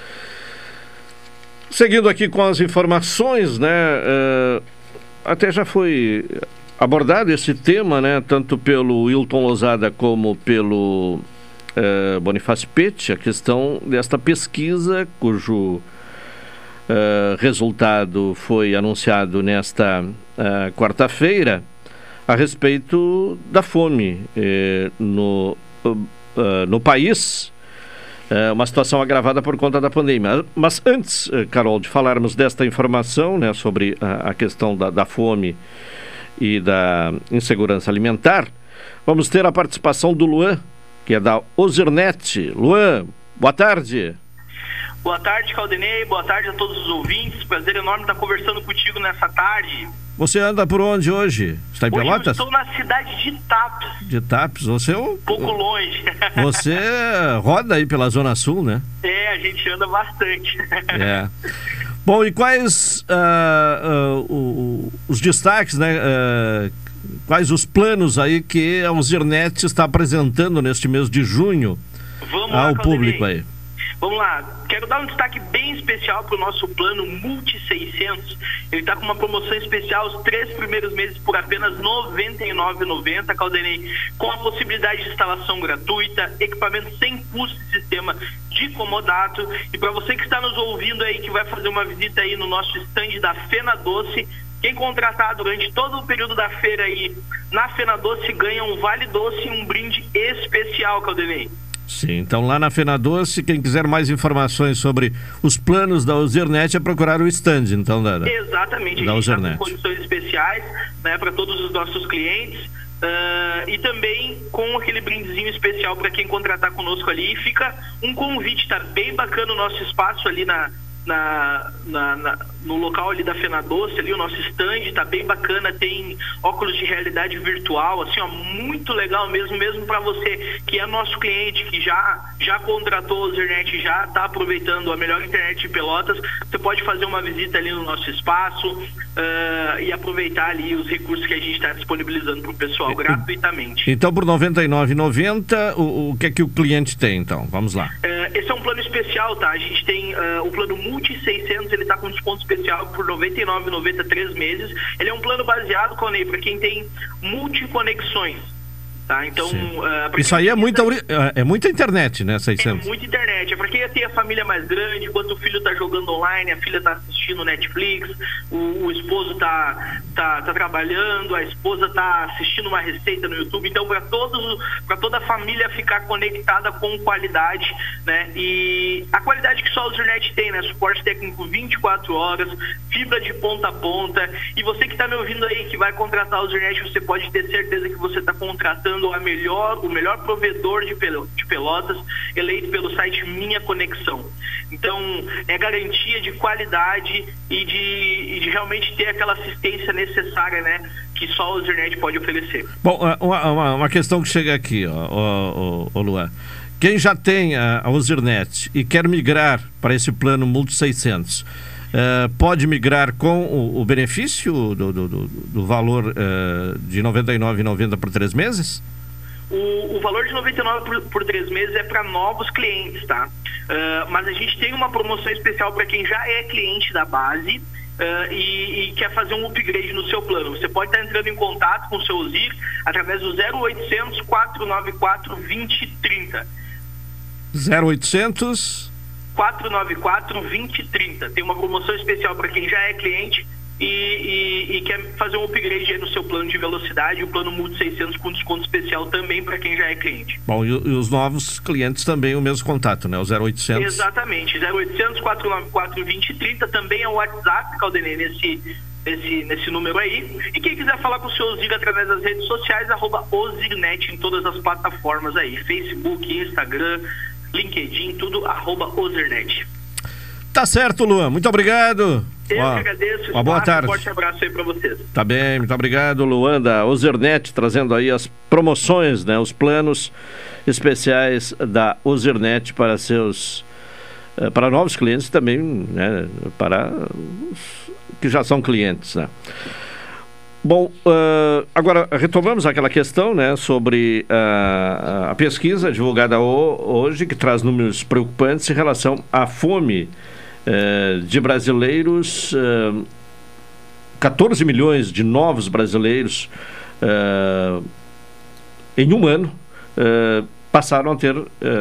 Seguindo aqui com as informações, né? Até já foi abordado esse tema, né, tanto pelo Wilton Lozada como pelo Bonifácio Pete, a questão desta pesquisa, cujo resultado foi anunciado nesta quarta-feira, a respeito da fome no país, uma situação agravada por conta da pandemia. Mas antes, Carol, de falarmos desta informação, né, sobre a questão da fome e da insegurança alimentar, vamos ter a participação do Luan, que é da Ozirnet. Luan, boa tarde. Boa tarde, Caldenei. Boa tarde a todos os ouvintes. Prazer enorme estar conversando contigo nessa tarde. Você anda por onde hoje? Está em Pelotas? Eu estou na cidade de Tapes. De Tapes. Você é um pouco longe. Você roda aí pela Zona Sul, né? A gente anda bastante. Bom, e quais os destaques, né? Quais os planos aí que a Ozirnet está apresentando neste mês de junho ao público aí? Vamos lá, quero dar um destaque bem especial para o nosso plano Multi 600. Ele está com uma promoção especial os 3 primeiros meses por apenas R$ 99,90, Caldenei, com a possibilidade de instalação gratuita, equipamento sem custo de sistema de comodato. E para você que está nos ouvindo aí, que vai fazer uma visita aí no nosso stand da Fena Doce, quem contratar durante todo o período da feira aí na Fena Doce ganha um vale doce e um brinde especial, Caldenei. Sim, então lá na Fena Doce, quem quiser mais informações sobre os planos da Ozirnet é procurar o stand, então, exatamente, da a gente está Ozirnet. com condições especiais, né, para todos os nossos clientes, e também com aquele brindezinho especial para quem contratar conosco ali. E fica um convite, tá bem bacana o nosso espaço ali no local ali da Fena Doce, ali o nosso stand tá bem bacana, tem óculos de realidade virtual, assim, ó, muito legal mesmo para você que é nosso cliente, que já contratou a Ozirnet, já tá aproveitando a melhor internet de Pelotas. Você pode fazer uma visita ali no nosso espaço e aproveitar ali os recursos que a gente está disponibilizando para o pessoal gratuitamente. Então, por R$ 99,90, o que é que o cliente tem, então? Vamos lá. Esse é um plano especial, tá? A gente tem o plano Multi 600, ele tá com desconto especial por R$ 99,90 3 meses. Ele é um plano baseado, Conei, para quem tem multiconexões. Tá? Então, isso aí é muita internet, né, 600? É muita internet. É para quem tem a família mais grande, enquanto o filho está jogando online, a filha está assistindo Netflix, o esposo tá trabalhando, a esposa está assistindo uma receita no YouTube. Então, para toda a família ficar conectada com qualidade, né? E a qualidade que só a Ozirnet tem, né? Suporte técnico 24 horas, fibra de ponta a ponta. E você que está me ouvindo aí, que vai contratar a Ozirnet, você pode ter certeza que você está contratando o melhor provedor de Pelotas, eleito pelo site Minha Conexão. Então, é garantia de qualidade e de realmente ter aquela assistência necessária, né, que só a Ozirnet pode oferecer. Bom, uma questão que chega aqui, Luan. Quem já tem a Ozirnet e quer migrar para esse plano Multi 600, pode migrar com o benefício do valor de R$ 99,90 por 3 meses? O valor de 99 por 3 meses é para novos clientes, tá? Mas a gente tem uma promoção especial para quem já é cliente da base e quer fazer um upgrade no seu plano. Você pode estar entrando em contato com o seu Ozir através do 0800 494 2030. 0800 494 2030. Tem uma promoção especial para quem já é cliente e quer fazer um upgrade aí no seu plano de velocidade, o plano Multi 600 com desconto especial também para quem já é cliente. Bom, e os novos clientes também o mesmo contato, né? O 0800. Exatamente, 0800 494 2030 também é o WhatsApp, Caldenei, nesse número aí. E quem quiser falar com o seu Ozir através das redes sociais, @Ozirnet em todas as plataformas aí, Facebook, Instagram, LinkedIn, tudo @Ozirnet. Tá certo, Luan. Muito obrigado. Eu que agradeço. Uma boa tarde. Um forte abraço aí para vocês. Tá bem, muito obrigado, Luan, da Ozirnet, trazendo aí as promoções, né, os planos especiais da Ozirnet para novos clientes e também, né, para os que já são clientes, né. Bom, agora retomamos aquela questão, né, sobre a pesquisa divulgada hoje, que traz números preocupantes em relação à fome de brasileiros. 14 milhões de novos brasileiros em um ano passaram a ter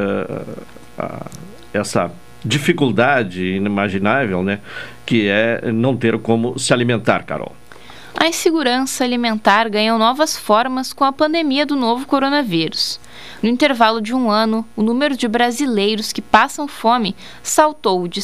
essa dificuldade inimaginável, né, que é não ter como se alimentar, Carol. A insegurança alimentar ganhou novas formas com a pandemia do novo coronavírus. No intervalo de um ano, o número de brasileiros que passam fome saltou de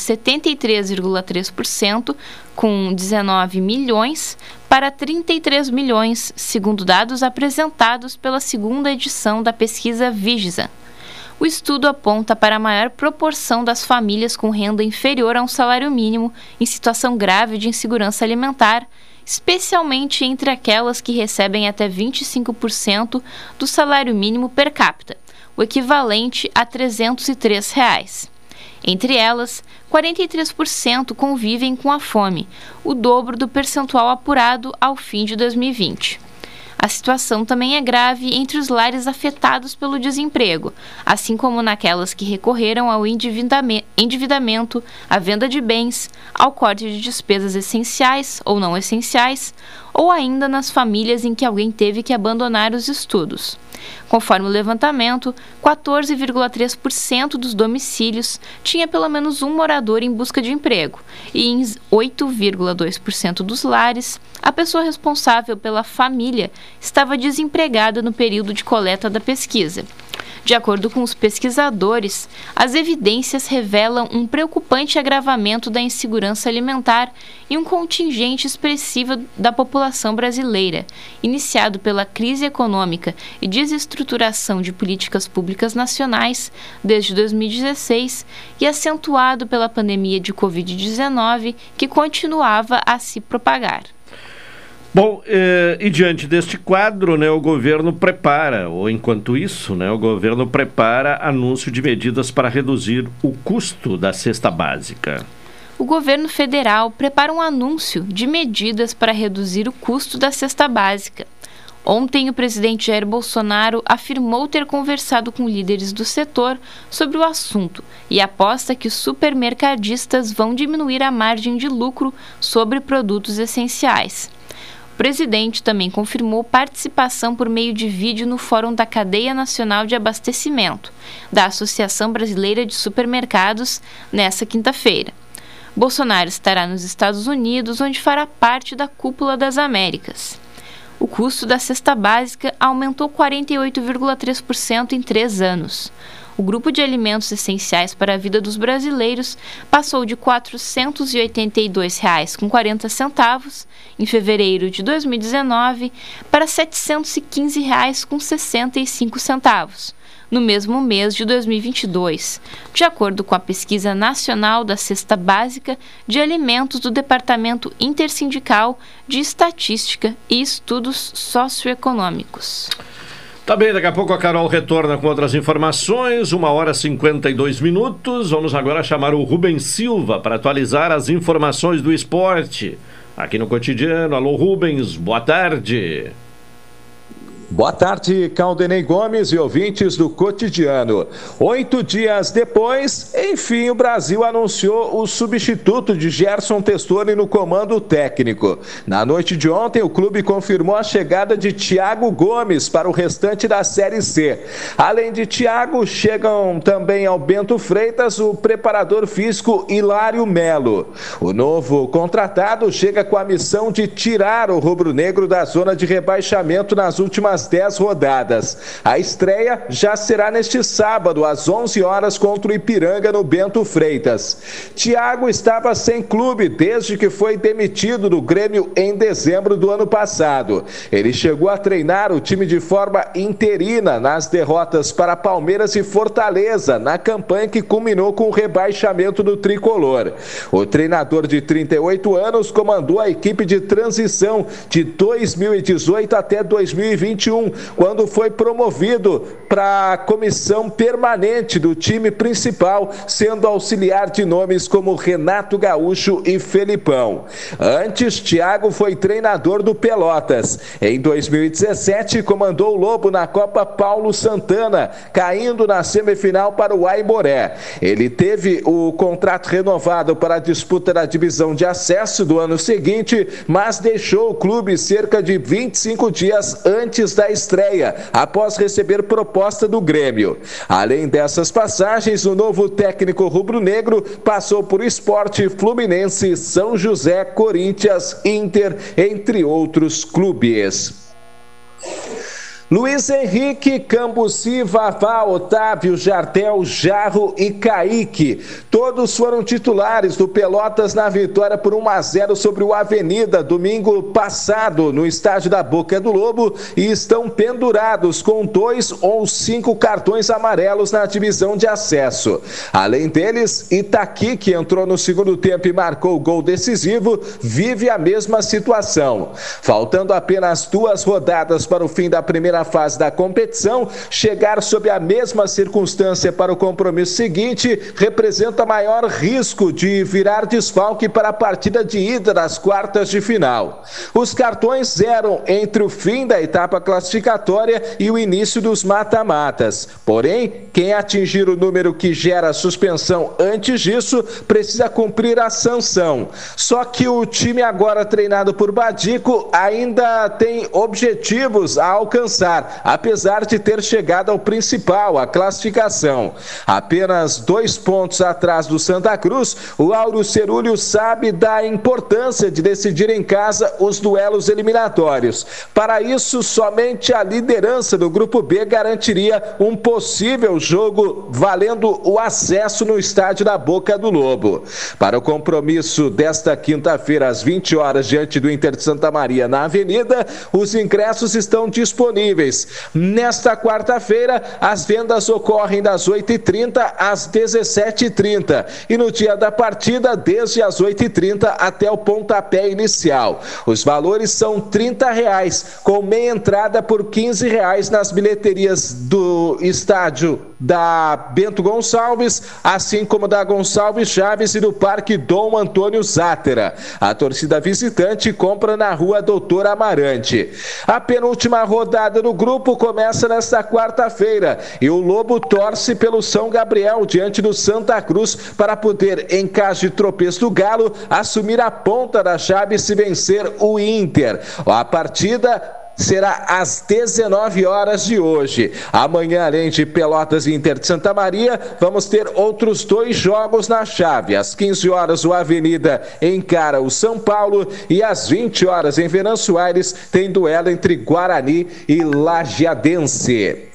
73,3%, com 19 milhões, para 33 milhões, segundo dados apresentados pela segunda edição da pesquisa Vigisa. O estudo aponta para a maior proporção das famílias com renda inferior a um salário mínimo em situação grave de insegurança alimentar, especialmente entre aquelas que recebem até 25% do salário mínimo per capita, o equivalente a R$ 303. Entre elas, 43% convivem com a fome, o dobro do percentual apurado ao fim de 2020. A situação também é grave entre os lares afetados pelo desemprego, assim como naquelas que recorreram ao endividamento, à venda de bens, ao corte de despesas essenciais ou não essenciais, ou ainda nas famílias em que alguém teve que abandonar os estudos. Conforme o levantamento, 14,3% dos domicílios tinha pelo menos um morador em busca de emprego, e em 8,2% dos lares, a pessoa responsável pela família estava desempregada no período de coleta da pesquisa. De acordo com os pesquisadores, as evidências revelam um preocupante agravamento da insegurança alimentar em um contingente expressivo da população brasileira, iniciado pela crise econômica e desestruturação de políticas públicas nacionais desde 2016 e acentuado pela pandemia de Covid-19, que continuava a se propagar. Bom, e diante deste quadro, né, o governo prepara, ou enquanto isso, né, o governo prepara anúncio de medidas para reduzir o custo da cesta básica. O governo federal prepara um anúncio de medidas para reduzir o custo da cesta básica. Ontem, o presidente Jair Bolsonaro afirmou ter conversado com líderes do setor sobre o assunto e aposta que os supermercadistas vão diminuir a margem de lucro sobre produtos essenciais. O presidente também confirmou participação por meio de vídeo no Fórum da Cadeia Nacional de Abastecimento, da Associação Brasileira de Supermercados, nesta quinta-feira. Bolsonaro estará nos Estados Unidos, onde fará parte da Cúpula das Américas. O custo da cesta básica aumentou 48,3% em 3 anos. O grupo de alimentos essenciais para a vida dos brasileiros passou de R$ 402,40 em fevereiro de 2019 para R$ 715,65 no mesmo mês de 2022, de acordo com a Pesquisa Nacional da Cesta Básica de Alimentos do Departamento Intersindical de Estatística e Estudos Socioeconômicos. Tá bem, daqui a pouco a Carol retorna com outras informações, 1h52. Vamos agora chamar o Rubens Silva para atualizar as informações do esporte. Aqui no Cotidiano. Alô, Rubens, boa tarde. Boa tarde, Caldenei Gomes e ouvintes do Cotidiano. 8 dias depois, enfim, o Brasil anunciou o substituto de Gerson Testoni no comando técnico. Na noite de ontem, o clube confirmou a chegada de Thiago Gomes para o restante da Série C. Além de Thiago, chegam também ao Bento Freitas o preparador físico Hilário Melo. O novo contratado chega com a missão de tirar o rubro-negro da zona de rebaixamento nas últimas 10 rodadas. A estreia já será neste sábado, às 11 horas, contra o Ipiranga, no Bento Freitas. Thiago estava sem clube desde que foi demitido do Grêmio em dezembro do ano passado. Ele chegou a treinar o time de forma interina nas derrotas para Palmeiras e Fortaleza, na campanha que culminou com o rebaixamento do tricolor. O treinador de 38 anos comandou a equipe de transição de 2018 até 2021, quando foi promovido para a comissão permanente do time principal, sendo auxiliar de nomes como Renato Gaúcho e Felipão. Antes, Thiago foi treinador do Pelotas. Em 2017, comandou o Lobo na Copa Paulo Santana, caindo na semifinal para o Aimoré. Ele teve o contrato renovado para a disputa da divisão de acesso do ano seguinte, mas deixou o clube cerca de 25 dias antes da da estreia, após receber proposta do Grêmio. Além dessas passagens, o novo técnico rubro-negro passou por Sport, Fluminense, São José, Corinthians, Inter, entre outros clubes. Luiz Henrique, Cambuci, Vavá, Otávio, Jardel, Jarro e Kaique. Todos foram titulares do Pelotas na vitória por 1-0 sobre o Avenida, domingo passado, no estádio da Boca do Lobo, e estão pendurados com 2 ou 5 cartões amarelos na divisão de acesso. Além deles, Itaqui, que entrou no segundo tempo e marcou o gol decisivo, vive a mesma situação. Faltando apenas 2 rodadas para o fim da primeira fase da competição, chegar sob a mesma circunstância para o compromisso seguinte representa maior risco de virar desfalque para a partida de ida das quartas de final. Os cartões eram entre o fim da etapa classificatória e o início dos mata-matas. Porém, quem atingir o número que gera suspensão antes disso precisa cumprir a sanção. Só que o time agora treinado por Badico ainda tem objetivos a alcançar, apesar de ter chegado ao principal, a classificação. Apenas 2 pontos atrás do Santa Cruz, o Áureo Cerúleo sabe da importância de decidir em casa os duelos eliminatórios. Para isso, somente a liderança do Grupo B garantiria um possível jogo valendo o acesso no estádio da Boca do Lobo. Para o compromisso desta quinta-feira, às 20 horas, diante do Inter de Santa Maria, na Avenida, os ingressos estão disponíveis. Nesta quarta-feira, as vendas ocorrem das 8h30 às 17h30 e no dia da partida, desde as 8h30 até o pontapé inicial. Os valores são R$30, com meia entrada por R$15 nas bilheterias do estádio da Bento Gonçalves, assim como da Gonçalves Chaves e do Parque Dom Antônio Zátera. A torcida visitante compra na Rua Doutor Amarante. A penúltima rodada do grupo começa nesta quarta-feira e o Lobo torce pelo São Gabriel diante do Santa Cruz para poder, em caso de tropeço do Galo, assumir a ponta da chave se vencer o Inter. A partida será às 19 horas de hoje. Amanhã, além de Pelotas e Inter de Santa Maria, vamos ter outros 2 jogos na chave. Às 15 horas, o Avenida encara o São Paulo e às 20 horas, em Venâncio Aires, tem duelo entre Guarani e Lajeadense.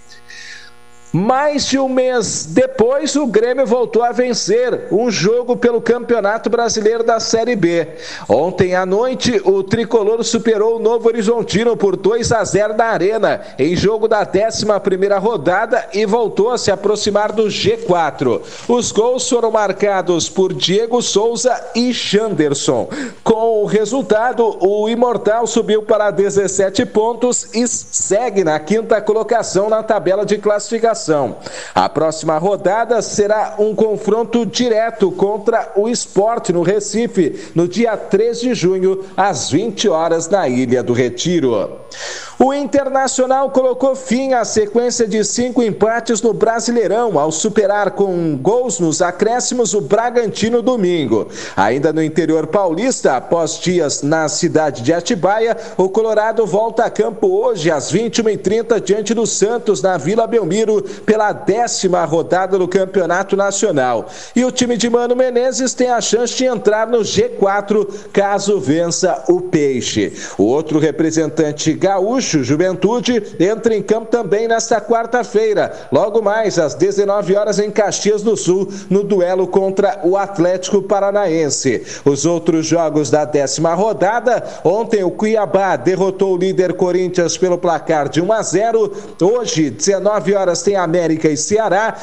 Mais de um mês depois, o Grêmio voltou a vencer um jogo pelo Campeonato Brasileiro da Série B. Ontem à noite, o tricolor superou o Novo Horizontino por 2-0 na Arena, em jogo da 11ª rodada, e voltou a se aproximar do G4. Os gols foram marcados por Diego Souza e Janderson. Com o resultado, o Imortal subiu para 17 pontos e segue na 5ª colocação na tabela de classificação. A próxima rodada será um confronto direto contra o Sport no Recife, no dia 3 de junho, às 20 horas, na Ilha do Retiro. O Internacional colocou fim à sequência de 5 empates no Brasileirão, ao superar com gols nos acréscimos o Bragantino domingo. Ainda no interior paulista, após dias na cidade de Atibaia, o Colorado volta a campo hoje às 21h30 diante do Santos, na Vila Belmiro, pela 10ª rodada do Campeonato Nacional. E o time de Mano Menezes tem a chance de entrar no G4 caso vença o Peixe. O outro representante gaúcho, Juventude, entra em campo também nesta quarta-feira, logo mais às 19 horas em Caxias do Sul, no duelo contra o Atlético Paranaense. Os outros jogos da 10ª rodada: ontem o Cuiabá derrotou o líder Corinthians pelo placar de 1-0. Hoje, 19 horas, tem América e Ceará.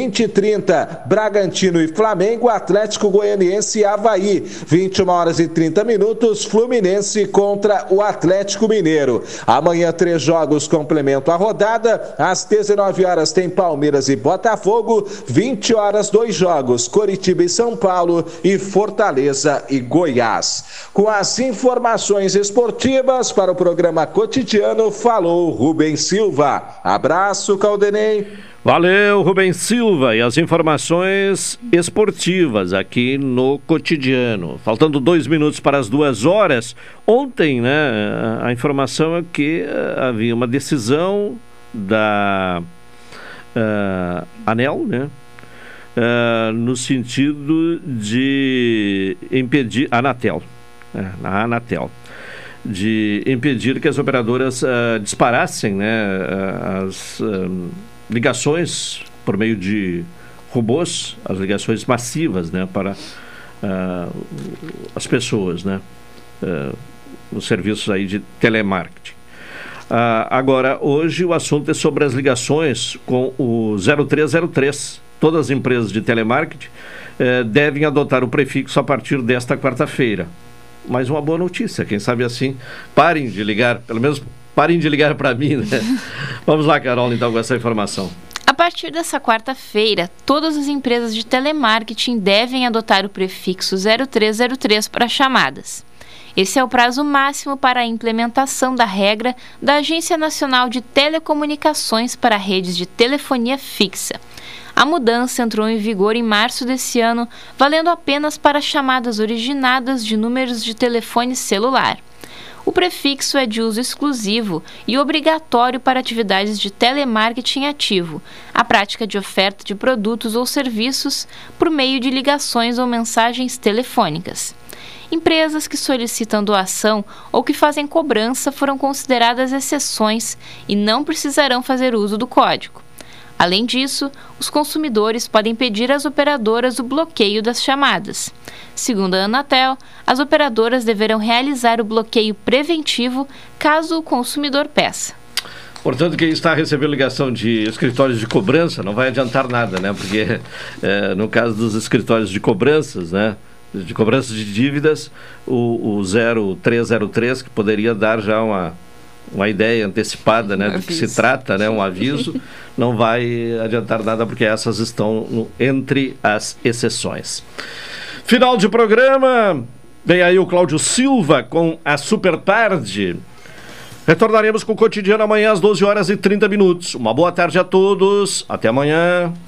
20h30, Bragantino e Flamengo, Atlético Goianiense e Avaí. 21 horas e 30 minutos, Fluminense contra o Atlético Mineiro. Amanhã, 3 jogos complementam a rodada. Às 19 horas tem Palmeiras e Botafogo. 20 horas, 2 jogos, Coritiba e São Paulo e Fortaleza e Goiás. Com as informações esportivas para o programa Cotidiano, falou Rubens Silva. Abraço, Caldenei. Valeu, Rubens Silva. E as informações esportivas aqui no Cotidiano. Faltando 2 minutos para as 2 horas. Ontem, né, a informação é que havia uma decisão da ANEEL, né, no sentido de impedir a Anatel, de impedir que as operadoras disparassem, né, as ligações por meio de robôs, as ligações massivas, né, para as pessoas, né, os serviços aí de telemarketing. Agora, hoje o assunto é sobre as ligações com o 0303. Todas as empresas de telemarketing devem adotar o prefixo a partir desta quarta-feira. Mais uma boa notícia, quem sabe assim, parem de ligar, pelo menos parem de ligar para mim, né? Vamos lá, Carol, então, com essa informação. A partir dessa quarta-feira, todas as empresas de telemarketing devem adotar o prefixo 0303 para chamadas. Esse é o prazo máximo para a implementação da regra da Agência Nacional de Telecomunicações para redes de telefonia fixa. A mudança entrou em vigor em março desse ano, valendo apenas para chamadas originadas de números de telefone celular. O prefixo é de uso exclusivo e obrigatório para atividades de telemarketing ativo, a prática de oferta de produtos ou serviços por meio de ligações ou mensagens telefônicas. Empresas que solicitam doação ou que fazem cobrança foram consideradas exceções e não precisarão fazer uso do código. Além disso, os consumidores podem pedir às operadoras o bloqueio das chamadas. Segundo a Anatel, as operadoras deverão realizar o bloqueio preventivo caso o consumidor peça. Portanto, quem está recebendo ligação de escritórios de cobrança não vai adiantar nada, né? Porque no caso dos escritórios de cobranças, né, de cobranças de dívidas, o 0303, que poderia dar já uma ideia antecipada, né, do que se trata, né, um aviso, não vai adiantar nada porque essas estão entre as exceções. Final de programa, vem aí o Cláudio Silva com a Super Tarde. Retornaremos com o Cotidiano amanhã às 12h30. Uma boa tarde a todos, até amanhã.